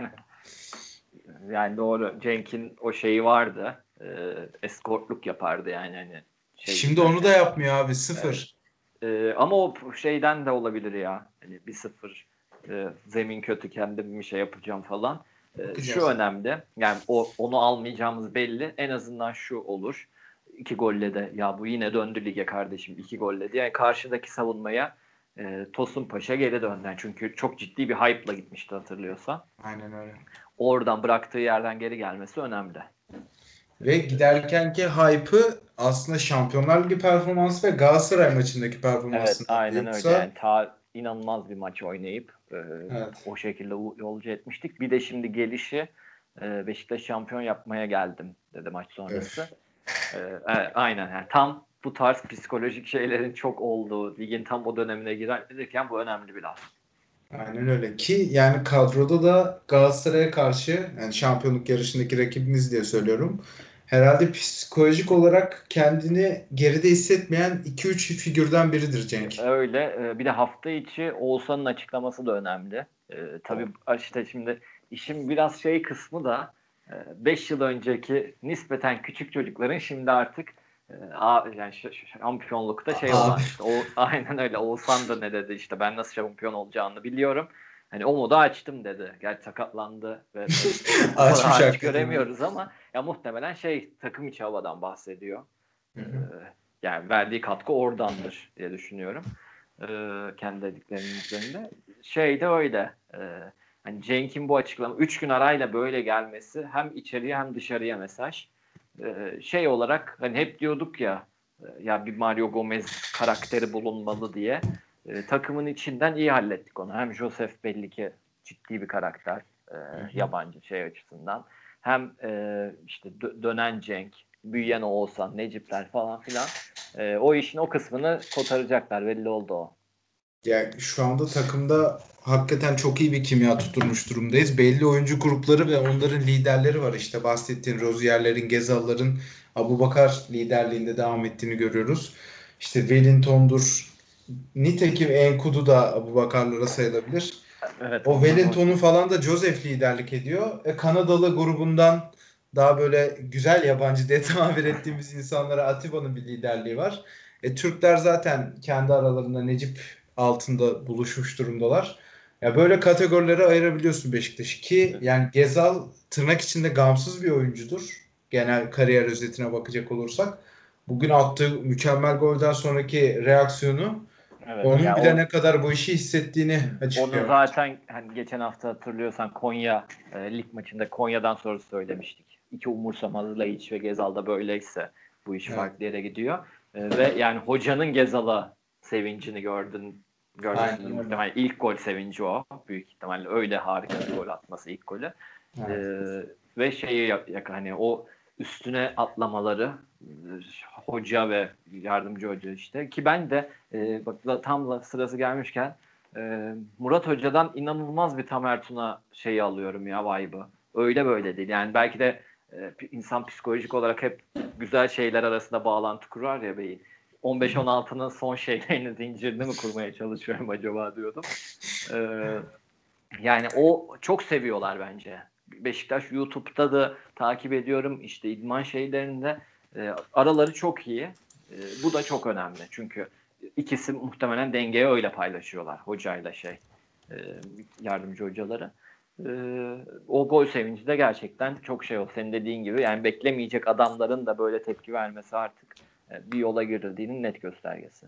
Yani doğru. Cenk'in o şeyi vardı. Eskortluk yapardı yani hani Şimdi onu da izlerken. yapmıyor abi, Evet. sıfır. Ama o şeyden de olabilir ya. Hani 1-0 zemin kötüken de bir şey yapacağım falan. Şu Bakacağız. önemli. Yani onu almayacağımız belli. En azından şu olur. 2 golle de ya bu yine döndü lige kardeşim 2 golle diye. Yani karşıdaki savunmaya Tosun Paşa geri döndü. Yani çünkü çok ciddi bir hype'la gitmişti hatırlıyorsan. Aynen öyle. Oradan bıraktığı yerden geri gelmesi önemli. Ve giderkenki hype'ı aslında Şampiyonlar Ligi performansı ve Galatasaray maçındaki Evet, performansından. aynen öyle. Yoksa Yani inanılmaz bir maç oynayıp evet. o şekilde yolcu etmiştik. Bir de şimdi gelişi Beşiktaş şampiyon yapmaya geldim dedi maç sonrası. Öf. Evet, aynen. Yani tam bu tarz psikolojik şeylerin çok olduğu ligin tam o dönemine girerken bu önemli bir laf. Aynen öyle ki yani kadroda da Galatasaray'a karşı yani şampiyonluk yarışındaki rakibimiz diye söylüyorum. Herhalde psikolojik olarak kendini geride hissetmeyen 2-3 figürden biridir Cenk. Öyle. Bir de hafta içi Oğuzhan'ın açıklaması da önemli. Tabii işte şimdi işin biraz şey kısmı da 5 yıl önceki nispeten küçük çocukların şimdi artık yani şampiyonlukta olan Abi işte aynen öyle Oğuzhan da ne dedi işte ben nasıl şampiyon olacağını biliyorum. Hani umudu açtım dedi. Gerçi sakatlandı ve o kadar açmış aç hakikaten. göremiyoruz ama Ya muhtemelen takım içi havadan bahsediyor. Hı hı. Yani verdiği katkı oradandır diye düşünüyorum. Kendi dediklerinin üzerinde. De öyle. Hani Cenk'in bu açıklama 3 gün arayla böyle gelmesi hem içeriye hem dışarıya mesaj. Olarak hani hep diyorduk ya ya bir Mario Gomez karakteri bulunmalı diye. Takımın içinden iyi hallettik onu. Hem Joseph belli ki ciddi bir karakter yabancı açısından. Hem işte dönen Cenk, büyüyen o Oğuzhan, Necipler falan filan. O işin o kısmını kotaracaklar. Belli oldu o. Yani şu anda takımda hakikaten çok iyi bir kimya tutturmuş durumdayız. Belli oyuncu grupları ve onların liderleri var. İşte bahsettiğin Rozier'lerin, Gezal'ların Abubakar liderliğinde devam ettiğini görüyoruz. İşte Wellington'dur. Nitekim Enkudu da Abubakar'lara sayılabilir. Evet, O onlar hoş. Wellington'u falan da Joseph liderlik ediyor. Kanadalı grubundan daha böyle güzel yabancı diye tabir ettiğimiz insanlara Atiba'nın bir liderliği var. Türkler zaten kendi aralarında Necip altında buluşmuş durumdalar. Ya böyle kategorilere ayırabiliyorsun Beşiktaş'ı ki yani Gezal tırnak içinde gamsız bir oyuncudur. Genel kariyer özetine bakacak olursak. Bugün attığı mükemmel golden sonraki reaksiyonu Evet. onun Ya bile ne kadar bu işi hissettiğini onu açıklıyor. zaten hani geçen hafta hatırlıyorsan Konya lig maçında Konya'dan sonra söylemiştik. İki umursamaz Laiç ve Gezal'da böyleyse bu iş Evet. farklı yere gidiyor. Ve yani hocanın Gezal'a sevincini görmüşsündür Aynen öyle. muhtemelen. İlk gol sevinci o. Büyük ihtimalle öyle harika bir gol atması ilk golü. E, Evet. Ve hani o üstüne atlamaları hoca ve yardımcı hoca işte ki ben de bak tam sırası gelmişken Murat Hoca'dan inanılmaz bir Tamer Tuna alıyorum ya vibe'ı. Öyle böyle değil. Yani belki de insan psikolojik olarak hep güzel şeyler arasında bağlantı kurar ya beyin. 15-16'nın son şeylerini zincirini mi kurmaya çalışıyorum acaba diyordum. Ee, Yani o çok seviyorlar bence. Beşiktaş YouTube'da da takip ediyorum. İşte idman şeylerinde araları çok iyi. Bu da çok önemli. Çünkü ikisi muhtemelen dengeyi öyle paylaşıyorlar. Hocayla e, yardımcı hocaları. E, O gol sevinci de gerçekten çok oldu. Senin dediğin gibi yani beklemeyecek adamların da böyle tepki vermesi artık bir yola girildiğinin net göstergesi.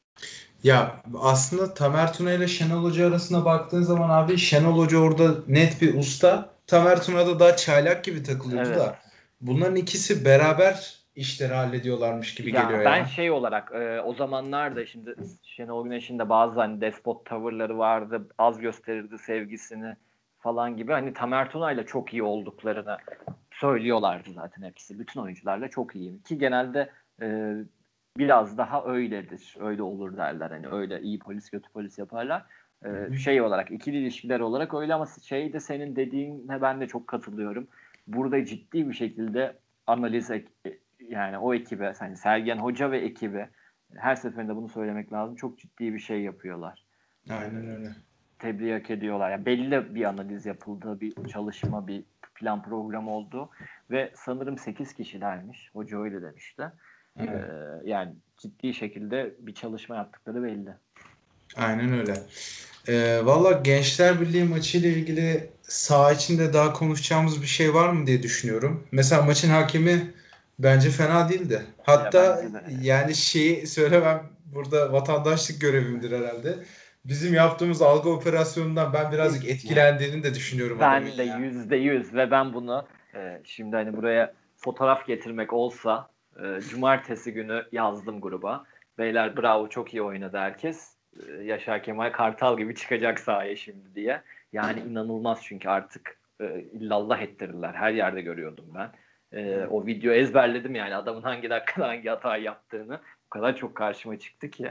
Ya aslında Tamer Tuna ile Şenol Hoca arasına baktığın zaman abi Şenol Hoca orada net bir usta. Tamer Tuna da daha çaylak gibi takılıyordu Evet. da. Bunların ikisi beraber işleri hallediyorlarmış gibi Ya geliyor ben ya. olarak o zamanlarda şimdi Şenol Güneş'in de bazı hani despot tavırları vardı. Az gösterirdi sevgisini falan gibi. Hani Tamer Tuna'yla çok iyi olduklarını söylüyorlardı zaten hepsi. Bütün oyuncularla çok iyiyim. Ki genelde e, biraz daha öyledir. Öyle olur derler. Hani öyle iyi polis kötü polis yaparlar. Hı hı. Olarak ikili ilişkiler olarak öyle ama de senin dediğine ben de çok katılıyorum. Burada ciddi bir şekilde analiz yani o ekibe, hani Sergen Hoca ve ekibi her seferinde bunu söylemek lazım. Çok ciddi bir şey yapıyorlar. Ee, Aynen öyle. Tebriği hak ediyorlar. Yani belli bir analiz yapıldı, bir çalışma, bir plan program oldu ve sanırım 8 kişilermiş. Hoca öyle demişti. Ee, Evet. Yani ciddi şekilde bir çalışma yaptıkları belli. Aynen öyle. Valla Gençler Birliği maçı ile ilgili saha içinde daha konuşacağımız bir şey var mı diye düşünüyorum. Mesela maçın hakemi bence fena değildi. Ya Hatta bence de yani şeyi söylemem burada vatandaşlık görevimdir herhalde. Bizim yaptığımız algı operasyonundan ben birazcık etkilendiğini de düşünüyorum adamın ben de ya. %100 ve ben bunu şimdi hani buraya fotoğraf getirmek olsa cumartesi günü yazdım gruba. Beyler bravo çok iyi oynadı herkes. Yaşar Kemal Kartal gibi çıkacak sahaya şimdi diye. Yani inanılmaz çünkü artık illallah ettirirler. Her yerde görüyordum ben. Evet. O video ezberledim yani adamın hangi dakikada hangi hatayı yaptığını. O kadar çok karşıma çıktı ki.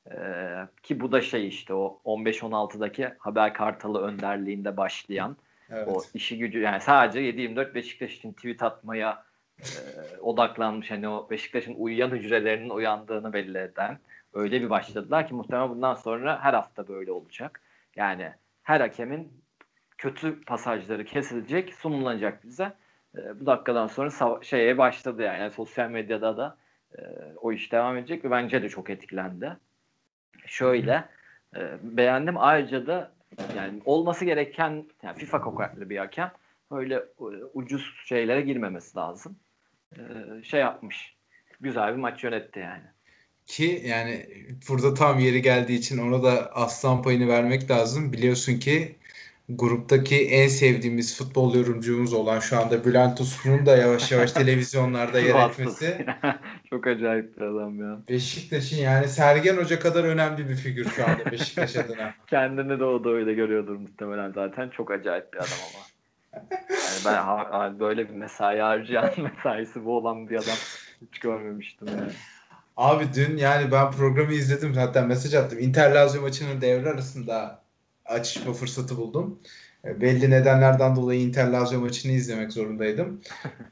Ki bu da işte o 15-16'daki Haber Kartalı önderliğinde başlayan o Evet. işi gücü yani sadece 7-24 Beşiktaş için tweet atmaya odaklanmış hani o Beşiktaş'ın uyuyan hücrelerinin uyandığını belli eden öyle bir başladılar ki muhtemelen bundan sonra her hafta böyle olacak. Yani her hakemin kötü pasajları kesilecek, sunulacak bize. Bu dakikadan sonra başladı yani sosyal medyada da e, o iş devam edecek ve bence de çok etkilendi. Hı hı. Şöyle beğendim. Ayrıca da yani olması gereken yani FIFA kokaklı bir hakem. öyle ucuz şeylere girmemesi lazım. Şey yapmış. Güzel bir maç yönetti yani. Ki yani burada tam yeri geldiği için ona da aslan payını vermek lazım. Biliyorsun ki gruptaki en sevdiğimiz futbol yorumcumuz olan şu anda Bülent Uslu'nun da yavaş yavaş televizyonlarda yer etmesi Vasıtasıyla. Çok acayip bir adam ya. Beşiktaş'ın yani Sergen Hoca kadar önemli bir figür şu anda Beşiktaş adına. Kendini de o da öyle görüyordur muhtemelen zaten. Çok acayip bir adam ama. Yani ben böyle bir mesai harcayan, mesaisi bu olan bir adam hiç görmemiştim yani. Abi dün yani ben programı izledim, zaten mesaj attım. Inter Lazio maçının devre arasında açma fırsatı buldum. Belli nedenlerden dolayı Inter Lazio maçını izlemek zorundaydım.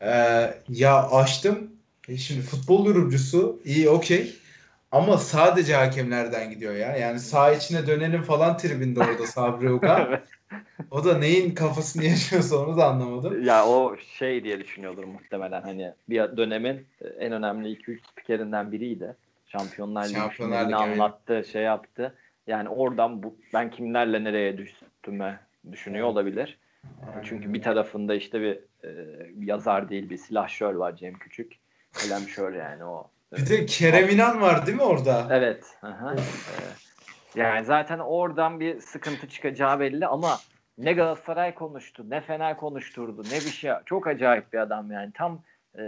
Ya açtım. Şimdi futbol yorumcusu iyi, okey. Ama sadece hakemlerden gidiyor ya. Yani saha içine dönelim falan tribinde orada Sabri Uga. Evet. O da neyin kafasını yaşıyorsa onu da anlamadım. Ya o şey diye düşünüyordur muhtemelen, hani bir dönemin en önemli 2-3 spikerinden biriydi. Şampiyonlar Ligi Şampiyonlar finalini Ligi yani. anlattı, şey yaptı. Yani oradan ben kimlerle nereye düştüğümü düşünüyor Evet, olabilir. aynen Çünkü bir öyle. tarafında işte bir yazar değil, bir silahşör var, Cem Küçük. Kalemşör yani o. Bir de Alt, Kerem İnan var değil mi orada? evet. Aha. Yani zaten oradan bir sıkıntı çıkacağı belli ama ne Galatasaray konuştu, ne Fener konuşturdu, ne bir şey. Çok acayip bir adam yani. Tam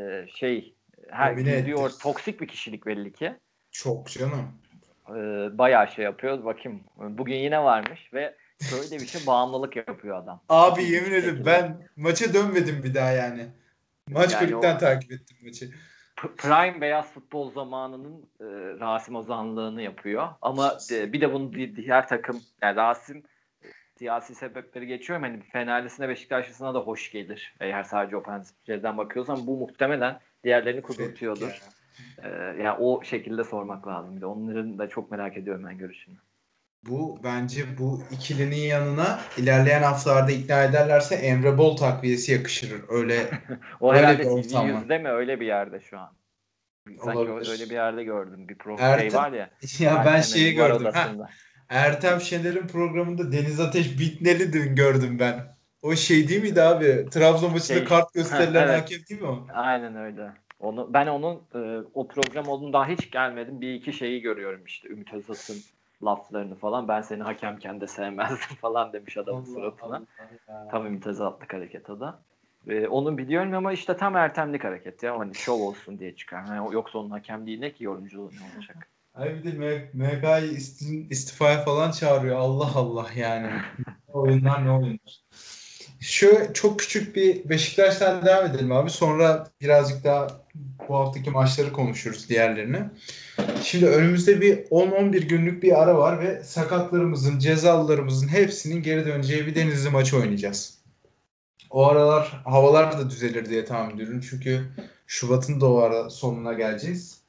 her Domine gidiyor, etti. toksik bir kişilik belli ki. Çok canım. Bayağı şey yapıyor. Bakayım bugün yine varmış ve şöyle bir şey, bağımlılık yapıyor adam. Çok Abi ilginç yemin bir ederim şekilde. ben maça dönmedim bir daha yani. Maç Yani kulüpten o takip ettim maçı. prime beyaz futbol zamanının Rasim Ozanlığını yapıyor. Ama bir de bunu diğer takım, yani Rasim siyasi sebepleri geçiyorum. Hani Fenerlisine, Beşiktaşlısına da hoş gelir. Eğer sadece ofensif şeyden bakıyorsan bu muhtemelen diğerlerini Fettik ya. kudurtuyordur. Yani o şekilde sormak lazım. Bir de onların da çok merak ediyorum ben görüşünü. Bu bence bu ikilinin yanına ilerleyen haftalarda ikna ederlerse Emre Bol takviyesi yakışır. Öyle O öyle herhalde bir ortam var. TV100'de mi, öyle bir yerde şu an. Sanki öyle bir Olabilir. yerde gördüm. Bir şey Ertem var ya, ya ben Ertem'in şeyi duvar gördüm. Ha, odasında. Ertem Şener'in programında Deniz Ateş Bitneli dün gördüm ben. O şey değil miydi abi? Trabzon maçında Şey, kart gösterilen evet. hakem değil mi o? Aynen öyle. Ben onun o program onun daha hiç gelmedim. Bir iki şeyi görüyorum işte. Ümit Özat'ın laflarını falan. Ben seni hakemken de sevmezdim falan demiş adamın Allah suratına. Allah ya. Tam Ümit Özat'lık hareket o da. Onu biliyorum ama işte tam Ertem'lik hareket ya. Hani şov olsun diye çıkar. Yani yoksa onun hakemliği ne ki, yorumculuğu ne olacak? Ay bir de MK'yı istifaya falan çağırıyor. Allah Allah yani. Ne oyunlar ne oyunlar. Şöyle çok küçük bir Beşiktaş'tan devam edelim abi. Sonra birazcık daha bu haftaki maçları konuşuruz, diğerlerini. Şimdi önümüzde bir 10-11 günlük bir ara var ve sakatlarımızın, cezalılarımızın hepsinin geri döneceği bir Denizli maçı oynayacağız. O aralar havalar da düzelir diye tahmin ediyorum. Çünkü Şubat'ın da o ara sonuna geleceğiz.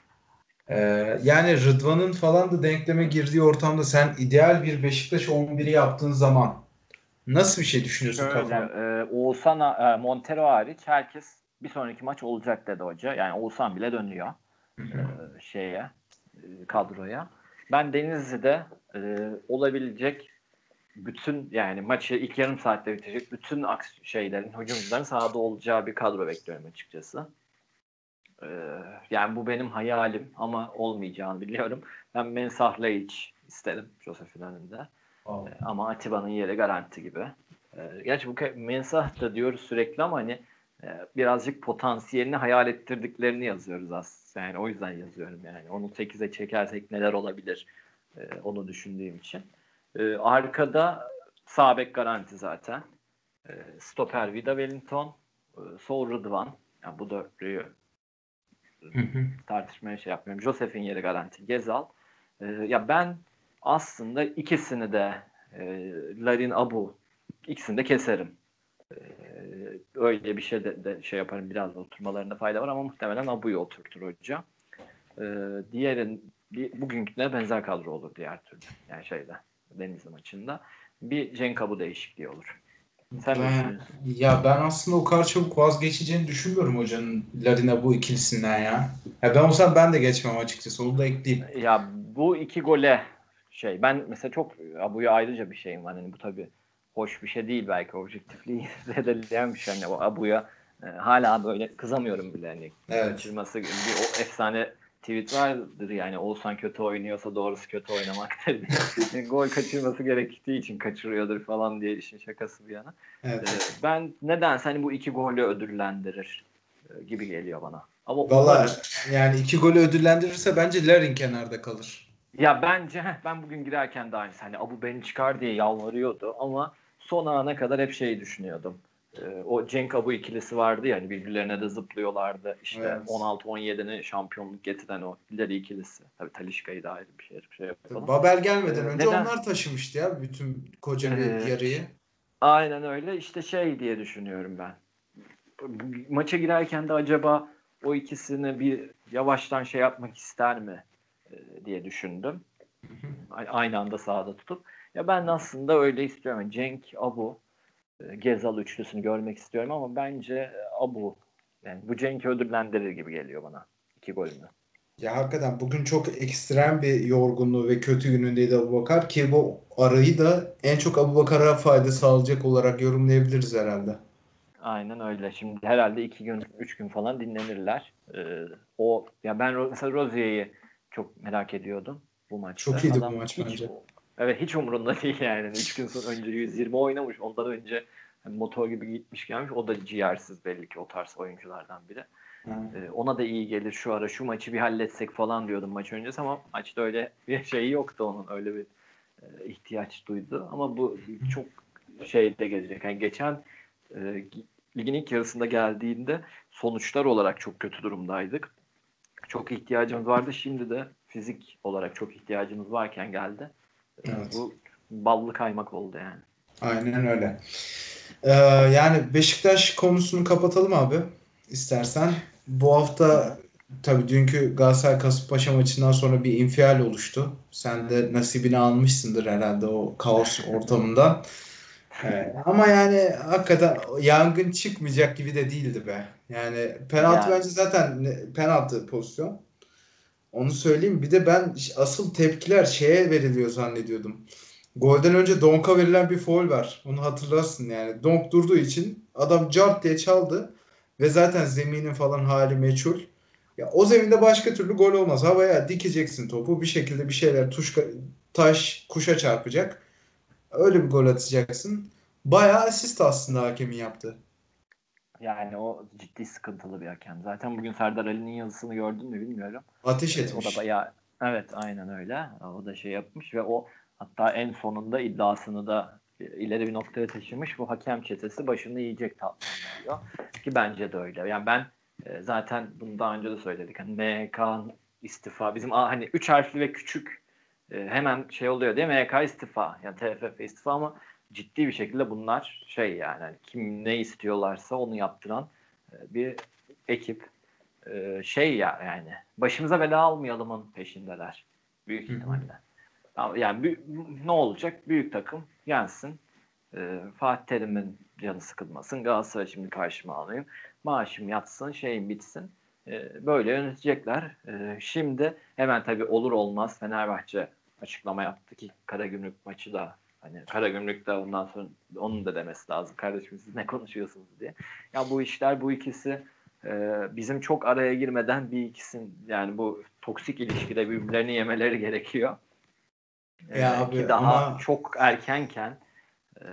Yani Rıdvan'ın falan da denkleme girdiği ortamda sen ideal bir Beşiktaş 11'i yaptığın zaman nasıl bir şey düşünüyorsun Şöyle kafanda? Oğuzhan, Montero hariç herkes bir sonraki maç olacak dedi hoca. Yani Oğuzhan bile dönüyor Hı e, hı. kadroya. Ben Denizli'de olabilecek bütün, yani maçı ilk yarım saatte bitecek bütün şeylerin, hücumcuların sahada olacağı bir kadro bekliyorum açıkçası. E, Yani bu benim hayalim ama olmayacağını biliyorum. Ben Mensah'la hiç isterim Josef'in önünde. Vallahi. Ama Atiba'nın yeri garanti gibi. Gerçi bu Mensah da diyoruz sürekli ama hani birazcık potansiyelini hayal ettirdiklerini yazıyoruz aslında. Yani o yüzden yazıyorum yani. Onu 8'e çekersek neler olabilir onu düşündüğüm için. Arkada sağ bek garanti zaten. Stoper Vida Wellington, sol Rıdvan. Yani bu dörtlüyü Hı hı. tartışmaya şey yapmıyorum. Josef'in yeri garanti. Gezal. Ya ben aslında ikisini de Larin Abu, ikisini de keserim. E, Öyle bir şey de şey yaparım, biraz da oturmalarında fayda var ama muhtemelen Abu'yu oturtur hoca. Diğerin bugünküne benzer kadro olur diğer türlü. Yani Denizli maçında. Bir Cenk Abu değişikliği olur. Sen ne düşünüyorsun? Ben aslında o kadar çabuk vazgeçeceğini düşünmüyorum hocanın Ladina bu ikilisinden ya. Ya ben olsam ben de geçmem açıkçası. Onu da ekleyeyim. Ya bu iki gole ben mesela çok Abu'ya ayrıca bir şeyim var. Hani bu tabii hoş bir şey değil belki, objektifliği zedeleyen bir şey. Hani o Abu'ya hala böyle kızamıyorum bile, hani Evet. kaçırması, bir o efsane tweet vardır yani, Oğuzhan kötü oynuyorsa doğrusu kötü oynamaktır diye. Yani gol kaçırması gerektiği için kaçırıyordur falan diye, işin şakası bir yana. Evet. Ben nedense hani bu 2 golü ödüllendirir gibi geliyor bana. Ama Valla umarım. yani 2 golü ödüllendirirse bence Larin kenarda kalır. Ya bence ben bugün girerken de aynısı. Hani Abu beni çıkar diye yalvarıyordu ama son ana kadar hep şeyi düşünüyordum. O Cenk Abu ikilisi vardı ya, hani birbirlerine de zıplıyorlardı. İşte Evet. 16-17'nin şampiyonluk getiren o ileri ikilisi. Tabii Talisca'yı da ayrı bir şey yapalım. Babel gelmeden önce Neden? onlar taşımıştı ya bütün koca bir Ee, yarıyı. aynen öyle. İşte şey diye düşünüyorum ben. Maça girerken de acaba o ikisini bir yavaştan şey yapmak ister mi diye düşündüm. Aynı anda sahada tutup. Ya ben aslında öyle istiyorum. Yani Cenk, Abu, Gezal üçlüsünü görmek istiyorum ama bence Abu, yani bu Cenk'i ödüllendirir gibi geliyor bana 2 golünü. Ya hakikaten bugün çok ekstrem bir yorgunluğu ve kötü günündeydi Abubakar ki bu arayı da en çok Abubakar'a fayda sağlayacak olarak yorumlayabiliriz herhalde. Aynen öyle. Şimdi herhalde 2 gün, 3 gün falan dinlenirler. O ya ben mesela Rozier'i çok merak ediyordum bu Çok maçta. iyiydi bu Adam maç hiç, bence. evet, hiç umurunda değil yani. 3 gün sonra önce 120 oynamış. Ondan önce hani motor gibi gitmiş gelmiş. O da ciğersiz belli ki, o tarz oyunculardan biri. Ha. Ona da iyi gelir şu ara, şu maçı bir halletsek falan diyordum maç öncesi, ama maçta öyle bir şey yoktu onun. Öyle bir ihtiyaç duydu. Ama bu çok şeyde gelecek. Yani geçen e, ligin ilk yarısında geldiğinde sonuçlar olarak çok kötü durumdaydık. Çok ihtiyacımız vardı. Şimdi de fizik olarak çok ihtiyacımız varken geldi. Evet. Bu ballı kaymak oldu yani. Aynen öyle. Yani Beşiktaş konusunu kapatalım abi istersen. Bu Hı hafta hı. tabii dünkü Galatasaray Kasımpaşa maçından sonra bir infial oluştu. Sen de nasibini almışsındır herhalde o kaos ortamında. Ama yani hakikaten yangın çıkmayacak gibi de değildi be. Yani penaltı Yani bence zaten penaltı pozisyon. Onu söyleyeyim. Bir de ben asıl tepkiler şeye veriliyor zannediyordum. Golden önce Donk'a verilen bir faul var. Onu hatırlarsın yani. Donk durduğu için adam cart diye çaldı ve zaten zeminin falan hali meçhul. Ya o zeminde başka türlü gol olmaz. Havaya dikeceksin topu. Bir şekilde bir şeyler taş kuşa çarpacak. Öyle bir gol atacaksın. Bayağı asist aslında hakemin yaptığı. yani o ciddi sıkıntılı bir hakem. Zaten bugün Serdar Ali'nin yazısını gördün mü bilmiyorum. Ateş O da etmiş. bayağı, evet, aynen öyle. O da şey yapmış ve o hatta en sonunda iddiasını da ileri bir noktaya taşımış. Bu hakem çetesi başını yiyecek tatlım diyor. Ki bence de öyle. Yani ben zaten bunu daha önce de söyledik. Hani MHK'nın istifa, bizim hani 3 harfli ve küçük hemen şey oluyor diye MHK istifa. Yani TFF istifa, ama ciddi bir şekilde bunlar şey yani, hani kim ne istiyorlarsa onu yaptıran bir ekip. Şey ya, yani başımıza bela almayalımın peşindeler büyük Hı hı. ihtimalle. Yani ne olacak? Büyük takım yensin. Fatih Terim'in canı sıkılmasın. Galatasaray şimdi karşıma alayım. Maaşım yatsın, şeyim bitsin. Böyle yönetecekler. Şimdi hemen tabii olur olmaz Fenerbahçe açıklama yaptı ki Karagümrük maçı da, hani Karagümrük de ondan sonra onun da demesi lazım. Kardeşim siz ne konuşuyorsunuz diye. Ya bu işler, bu ikisi bizim çok araya girmeden bir ikisin, yani bu toksik ilişkide birbirlerini yemeleri gerekiyor. Ya abi Ki daha ama çok erkenken e,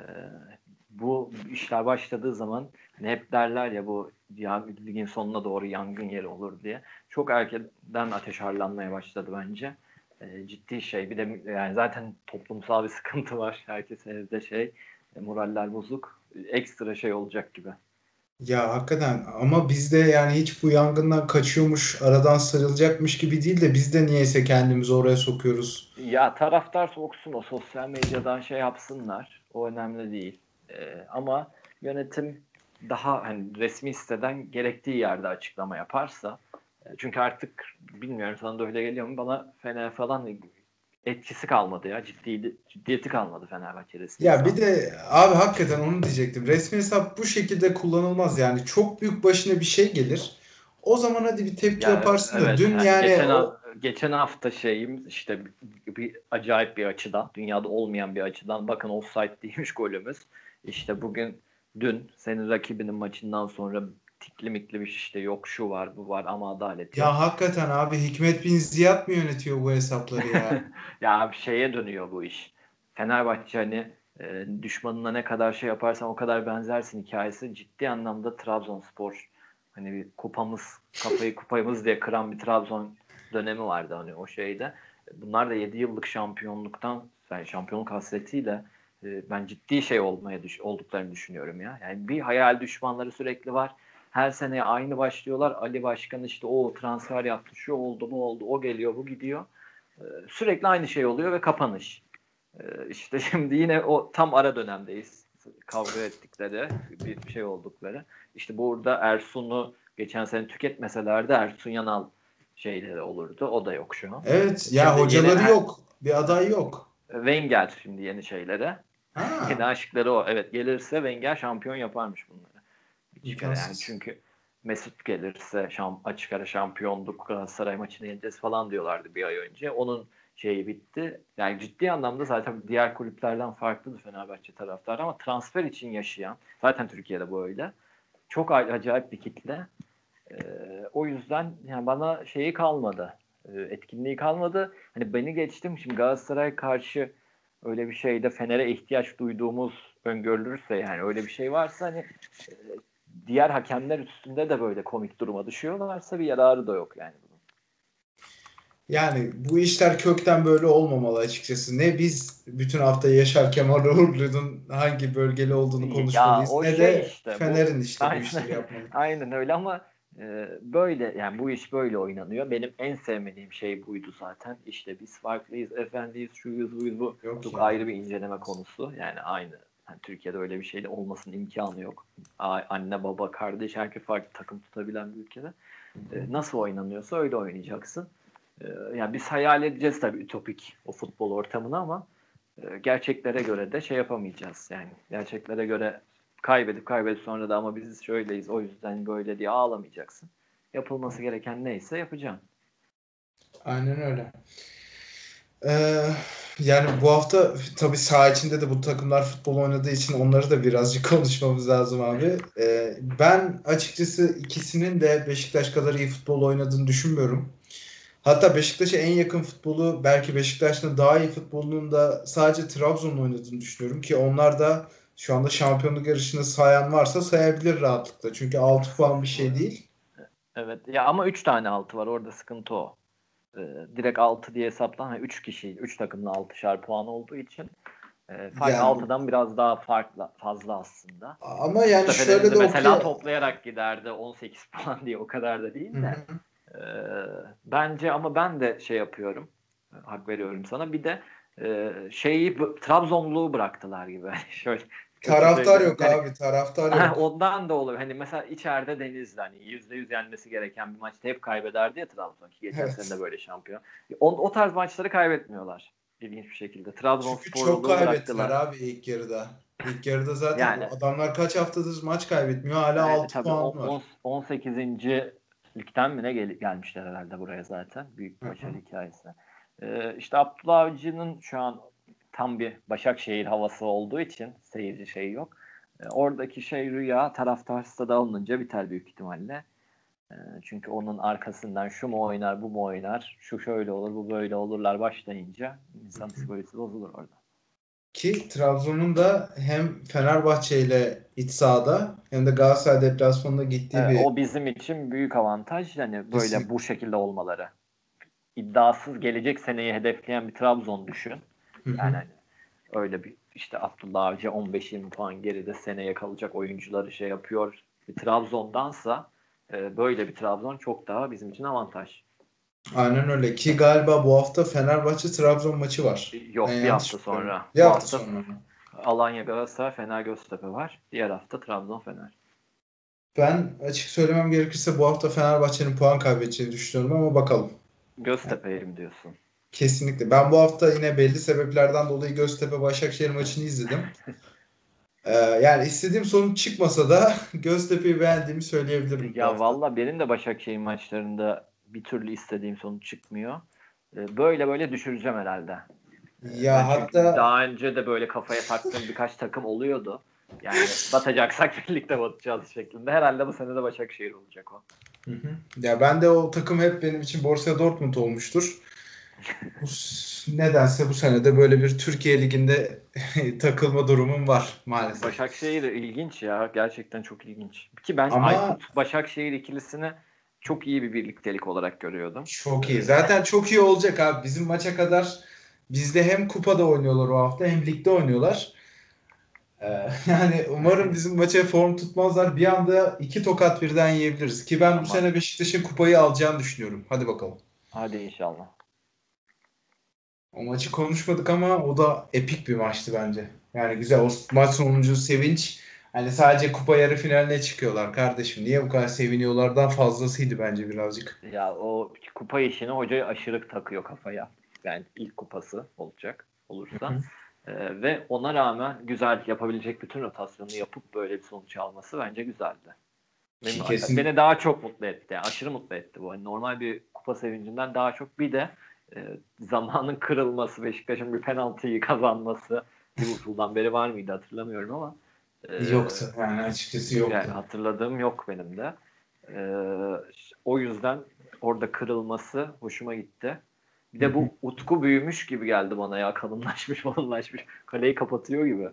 bu işler başladığı zaman, hani hep derler ya, bu ligin sonuna doğru yangın yeri olur diye. Çok erkenden ateş harlanmaya başladı bence. Ciddi şey. Bir de yani zaten toplumsal bir sıkıntı var. Herkes evde şey, moraller bozuk. Ekstra şey olacak gibi. ya hakikaten ama bizde yani hiç bu yangından kaçıyormuş, aradan sıyrılacakmış gibi değil de biz de niyeyse kendimizi oraya sokuyoruz. Ya taraftar soksun, o sosyal medyadan şey yapsınlar. O önemli değil. Ama yönetim daha hani resmi siteden gerektiği yerde açıklama yaparsa, çünkü artık bilmiyorum, sana da öyle geliyor mu, bana Fener falan etkisi kalmadı ya, ciddiyeti kalmadı Fenerbahçe resmi Ya bir hesabının. de abi hakikaten onu diyecektim. Resmi hesap bu şekilde kullanılmaz yani. Çok büyük başına bir şey gelir. O zaman hadi bir tepki Ya yaparsın da evet, dün hani yani geçen o geçen hafta şeyimiz işte bir acayip bir açıdan, dünyada olmayan bir açıdan, bakın offside değilmiş golümüz. İşte dün senin rakibinin maçından sonra tikli mikli bir işte yok şu var bu var ama adalet Ya yok. hakikaten abi Hikmet Bin Ziyad mı yönetiyor bu hesapları ya? Ya bir şeye dönüyor bu iş. Fenerbahçe hani düşmanına ne kadar şey yaparsan o kadar benzersin hikayesi. Ciddi anlamda Trabzonspor hani bir kupamız diye kıran bir Trabzon dönemi vardı hani o şeyde. Bunlar da 7 yıllık şampiyonluktan yani şampiyonluk hasretiyle ben ciddi şey olduklarını düşünüyorum ya. Yani bir hayal düşmanları sürekli var. Her sene aynı başlıyorlar. Ali Başkan işte o transfer yaptı, şu oldu, bu oldu, o geliyor, bu gidiyor. Sürekli aynı şey oluyor ve kapanış. İşte şimdi yine o tam ara dönemdeyiz. Kavga ettikleri, bir şey oldukları. İşte burada Ersun'u geçen sene tüketmeseler de Ersun Yanal şeyleri olurdu. O da yok şu an. Evet ya Şimdi hocaları yok. Bir aday yok. Wenger şimdi yeni şeylere. Yeni Ha, aşkları o. Evet gelirse Wenger şampiyon yaparmış bunları. Hiç kere yani imkansız. çünkü Mesut gelirse açık ara şampiyonluk Galatasaray maçını yeneceğiz falan diyorlardı bir ay önce. Onun şeyi bitti. Yani ciddi anlamda zaten diğer kulüplerden farklıdır Fenerbahçe taraftarı ama transfer için yaşayan zaten Türkiye'de bu öyle. Çok acayip bir kitle. O yüzden yani bana şeyi kalmadı. Etkinliği kalmadı. Hani beni geçtim. Şimdi Galatasaray karşı öyle bir şeyde Fener'e ihtiyaç duyduğumuz öngörülürse yani öyle bir şey varsa hani e, diğer hakemler üstünde de böyle komik duruma düşüyorlarsa bir yararı da yok yani bunun. Yani bu işler kökten böyle olmamalı açıkçası. Ne biz bütün hafta Yaşar Kemal Uğurlu'nun hangi bölgeli olduğunu Ya konuşmalıyız o ne şey de işte bu Fener'in işte bu aynen, işleri yapmalı. aynen öyle ama böyle yani bu iş böyle oynanıyor. Benim en sevmediğim şey buydu zaten. İşte biz farklıyız, efendiyiz, şuyuz, buyuz bu. Yok Çok ya. ayrı bir inceleme konusu. Yani aynı. Yani Türkiye'de öyle bir şey de olmasının imkanı yok. Anne, baba, kardeş, herkes farklı takım tutabilen bir ülkede. Nasıl oynanıyorsa öyle oynayacaksın. Yani biz hayal edeceğiz tabii ütopik o futbol ortamını ama gerçeklere göre de şey yapamayacağız. Yani gerçeklere göre kaybedip sonra da ama biz şöyleyiz o yüzden böyle diye ağlamayacaksın. Yapılması gereken neyse yapacaksın. Aynen öyle. Ee, Yani bu hafta tabii saha içinde de bu takımlar futbol oynadığı için onları da birazcık konuşmamız lazım abi. Ben açıkçası ikisinin de Beşiktaş kadar iyi futbol oynadığını düşünmüyorum. Hatta Beşiktaş'a en yakın futbolu belki Beşiktaş'tan daha iyi futbolunun da sadece Trabzon'un oynadığını düşünüyorum ki onlar da şu anda şampiyonluk yarışını sayan varsa sayabilir rahatlıkla. Çünkü 6 puan bir şey değil. Evet ya ama 3 tane altı var orada sıkıntı o. Ee, Direkt 6 diye hesaplan 3 kişi 3 takımla 6'şar puan olduğu için fark Yani 6'dan biraz daha farklı fazla aslında. ama yani Mustafa'nın şöyle de de mesela okuyor. toplayarak giderdi 18 puan diye o kadar da Hı değil de. hı. Bence ama ben de şey yapıyorum. Hak veriyorum sana. Bir de Trabzonluğu bıraktılar gibi. Şöyle kötü Taraftar söyleyeyim. yok Yani abi, taraftar yok. ondan da olur. Hani mesela içeride Denizli hani %100 yenmesi gereken bir maçta hep kaybederdi ya Trabzon ki geçen sene de Evet. böyle şampiyon. O tarz maçları kaybetmiyorlar. İlginç bir şekilde. Çünkü çok Trabzonsporluluğu kaybettiler bıraktılar. abi ilk yarıda. İlk yarıda zaten Yani adamlar kaç haftadır maç kaybetmiyor. Hala 6 tabii puan var. 18. ligden mi ne gelmişler herhalde buraya zaten. Büyük Hı bir hı. başarı hikayesi. İşte Abdullah Avcı'nın şu an tam bir Başakşehir havası olduğu için seyirci şeyi yok. Oradaki şey rüya taraftar stada alınınca biter büyük ihtimalle. Çünkü onun arkasından şu mu oynar bu mu oynar şu şöyle olur bu böyle olurlar başlayınca insan psikolojisi bozulur orada. Ki Trabzon'un da hem Fenerbahçe ile iç sahada hem de Galatasaray deplasmanında gittiği bir O bizim için büyük avantaj. Yani böyle bu kesinlikle. şekilde olmaları. İddiasız gelecek seneyi hedefleyen bir Trabzon düşün. Hı Yani hı. hani öyle bir işte Abdullah Avcı 15-20 puan geride seneye kalacak oyuncuları şey yapıyor. Bir Trabzon'dansa böyle bir Trabzon çok daha bizim için avantaj. Aynen öyle ki galiba bu hafta Fenerbahçe Trabzon maçı var. Ben Yok bir hafta yanlış biliyorum. sonra. Bir Bu hafta hafta sonra mı? Alanya Galatasaray Fener Göztepe var. Diğer hafta Trabzon Fener. Ben açık söylemem gerekirse bu hafta Fenerbahçe'nin puan kaybedeceğini düşünüyorum ama bakalım. Göztepe'ye mi diyorsun? Kesinlikle. Ben bu hafta yine belli sebeplerden dolayı Göztepe Başakşehir maçını izledim. Yani istediğim sonuç çıkmasa da Göztepe'yi beğendiğimi söyleyebilirim bu Ya hafta. valla benim de Başakşehir maçlarında bir türlü istediğim sonuç çıkmıyor. Böyle böyle düşüreceğim herhalde. Ya Ben çünkü hatta daha önce de böyle kafaya taktığım birkaç takım oluyordu. Yani batacaksak birlikte batacağız şeklinde. Herhalde bu sene de Başakşehir olacak o. hı hı. Ya ben de o takım hep benim için Borussia Dortmund olmuştur. Nedense bu sene de böyle bir Türkiye Ligi'nde takılma durumum var maalesef. Başakşehir ilginç ya. Gerçekten çok ilginç. Ki ben Ama Aykut Başakşehir ikilisini çok iyi bir birliktelik olarak görüyordum. çok iyi. Zaten çok iyi olacak abi. Bizim maça kadar bizde hem kupada oynuyorlar o hafta hem ligde oynuyorlar. Yani umarım bizim maça form tutmazlar. Bir anda iki tokat birden yiyebiliriz. Ki ben bu Ama sene Beşiktaş'ın kupayı alacağını düşünüyorum. Hadi bakalım. hadi inşallah. O maçı konuşmadık ama o da epik bir maçtı bence. Yani güzel. O maç sonucu sevinç. Hani sadece kupa yarı finaline çıkıyorlar kardeşim. Niye bu kadar seviniyorlardan fazlasıydı bence birazcık. Ya o kupa işini hoca aşırı takıyor kafaya. Yani ilk kupası Hı olursa. hı. Ve ona rağmen güzel yapabilecek bütün rotasyonu yapıp böyle bir sonuç alması bence güzeldi. Ki kesin Beni daha çok mutlu etti. Yani aşırı mutlu etti bu. Yani normal bir kupa sevincinden daha çok. Bir de zamanın kırılması, Beşiktaş'ın bir penaltıyı kazanması. Liverpool'dan beri var mıydı hatırlamıyorum ama yoktu. Yani açıkçası yani yoktu. hatırladığım yok benim de. E, O yüzden orada kırılması hoşuma gitti. Bir Hı de hı. bu Utku büyümüş gibi geldi bana ya. Kalınlaşmış, kalınlaşmış. Kaleyi kapatıyor gibi.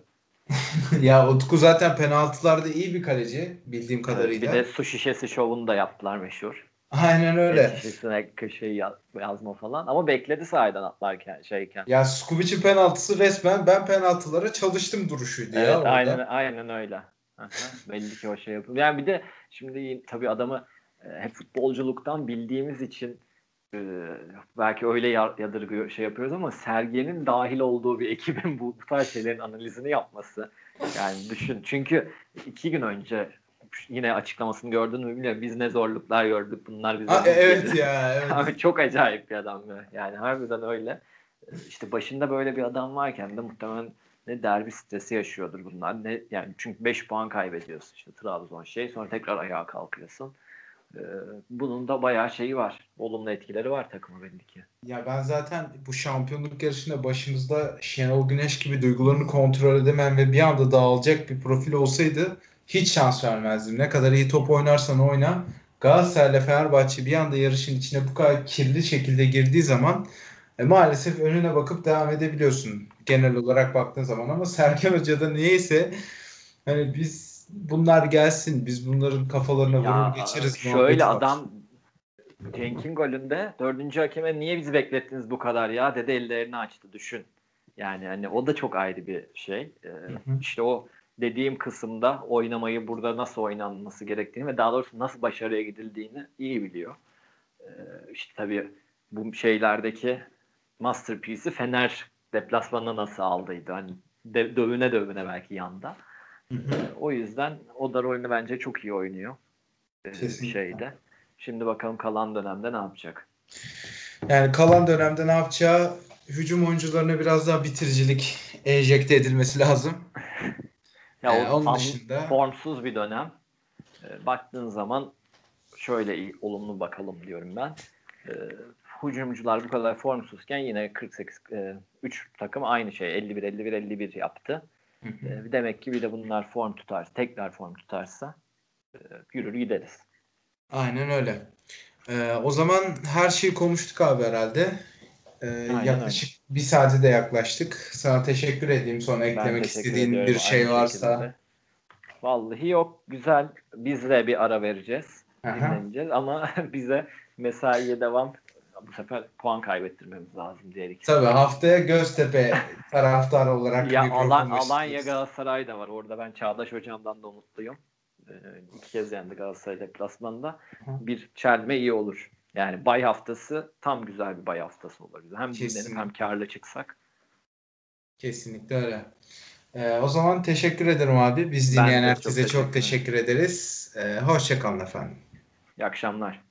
Ya Utku zaten penaltılarda iyi bir kaleci bildiğim Evet, bir de kadarıyla. su şişesi şovunu da yaptılar meşhur. Aynen Pet öyle. şişesine köşeyi yazma falan. Ama bekledi sahiden atlarken şeyken. Ya Skubic'in penaltısı resmen ben penaltılara çalıştım duruşuydu ya Evet, aynen orada. aynen öyle. Aha, belli ki o şey yapıyor. Yani bir de şimdi tabii adamı hep futbolculuktan bildiğimiz için e, belki öyle yadırgıyor şey yapıyoruz ama Sergen'in dahil olduğu bir ekibin bu tarz şeylerin analizini yapması. Yani düşün. Çünkü 2 gün önce yine açıklamasını gördün mü bilmiyorum. Biz ne zorluklar gördük. Bunlar bize buz Evet gibi. ya evet. Abi çok acayip bir adam ya. Yani harbiden öyle. İşte başında böyle bir adam varken de muhtemelen ne derbi stresi yaşıyordur bunlar. Ne yani çünkü 5 puan kaybediyorsun işte Trabzon sonra tekrar ayağa kalkıyorsun. Ee, Bunun da bayağı şeyi var. Olumlu etkileri var takıma belli ki. Ya ben zaten bu şampiyonluk yarışında başımızda Şenol Güneş gibi duygularını kontrol edemeyen ve bir anda dağılacak bir profil olsaydı hiç şans vermezdim. Ne kadar iyi top oynarsan oyna. Galatasaray ile Fenerbahçe bir anda yarışın içine bu kadar kirli şekilde girdiği zaman maalesef önüne bakıp devam edebiliyorsun genel olarak baktığın zaman ama Sergen Hoca da niyeyse hani biz bunlar gelsin biz bunların kafalarına vurur Ya geçeriz şöyle muhabbeti var. adam Cenk'in golünde dördüncü hakeme niye bizi beklettiniz bu kadar ya dedi ellerini açtı düşün. Yani hani o da çok ayrı bir şey. Hı hı. İşte o dediğim kısımda oynamayı burada nasıl oynanması gerektiğini ve daha doğrusu nasıl başarıya gidildiğini iyi biliyor. Ee, işte tabii bu şeylerdeki masterpiece'i Fener deplasmanına nasıl aldıydı. Hani dövüne dövüne belki yanda. Hı hı. O yüzden o da rolünü bence çok iyi oynuyor Kesinlikle. şeyde. Şimdi bakalım kalan dönemde ne yapacak? Yani kalan dönemde ne yapacağı hücum oyuncularına biraz daha bitiricilik enjekte edilmesi lazım. Ya o Onun dışında formsuz bir dönem. Baktığın zaman şöyle iyi, olumlu bakalım diyorum ben. E, Hücumcular bu kadar formsuzken yine 48 3 takım aynı şey 51 yaptı. hı hı. Demek ki bir de bunlar form tutarsa, tekrar form tutarsa yürür gideriz. Aynen öyle. O zaman her şeyi konuştuk abi herhalde. Aynen öyle. Yaklaşık bir saate de yaklaştık. Sana teşekkür edeyim. Sonra Ben eklemek teşekkür istediğin bir ediyorum aynı şey varsa. şekilde. Vallahi yok güzel. Biz de bir ara vereceğiz. Aha. Dinleneceğiz ama bize mesaiye devam. Bu sefer puan kaybettirmemiz lazım diğer Tabii ikisine. haftaya Göztepe taraftarı olarak Ya mikrofon Alanya başındayız. Galatasaray da var. Orada ben Çağdaş hocamdan da umutluyum. 2 kez yendi Galatasaray deplasmanda. Aha. Bir çelme iyi olur. Yani bay haftası tam güzel bir bay haftası olur bize. Hem dinlenip hem Kesinlikle. karlı çıksak. Kesinlikle öyle. O zaman teşekkür ederim abi. Biz dinleyen Ben de çok herkese çok teşekkür ederim. teşekkür ederiz. Hoşça kalın efendim. İyi akşamlar.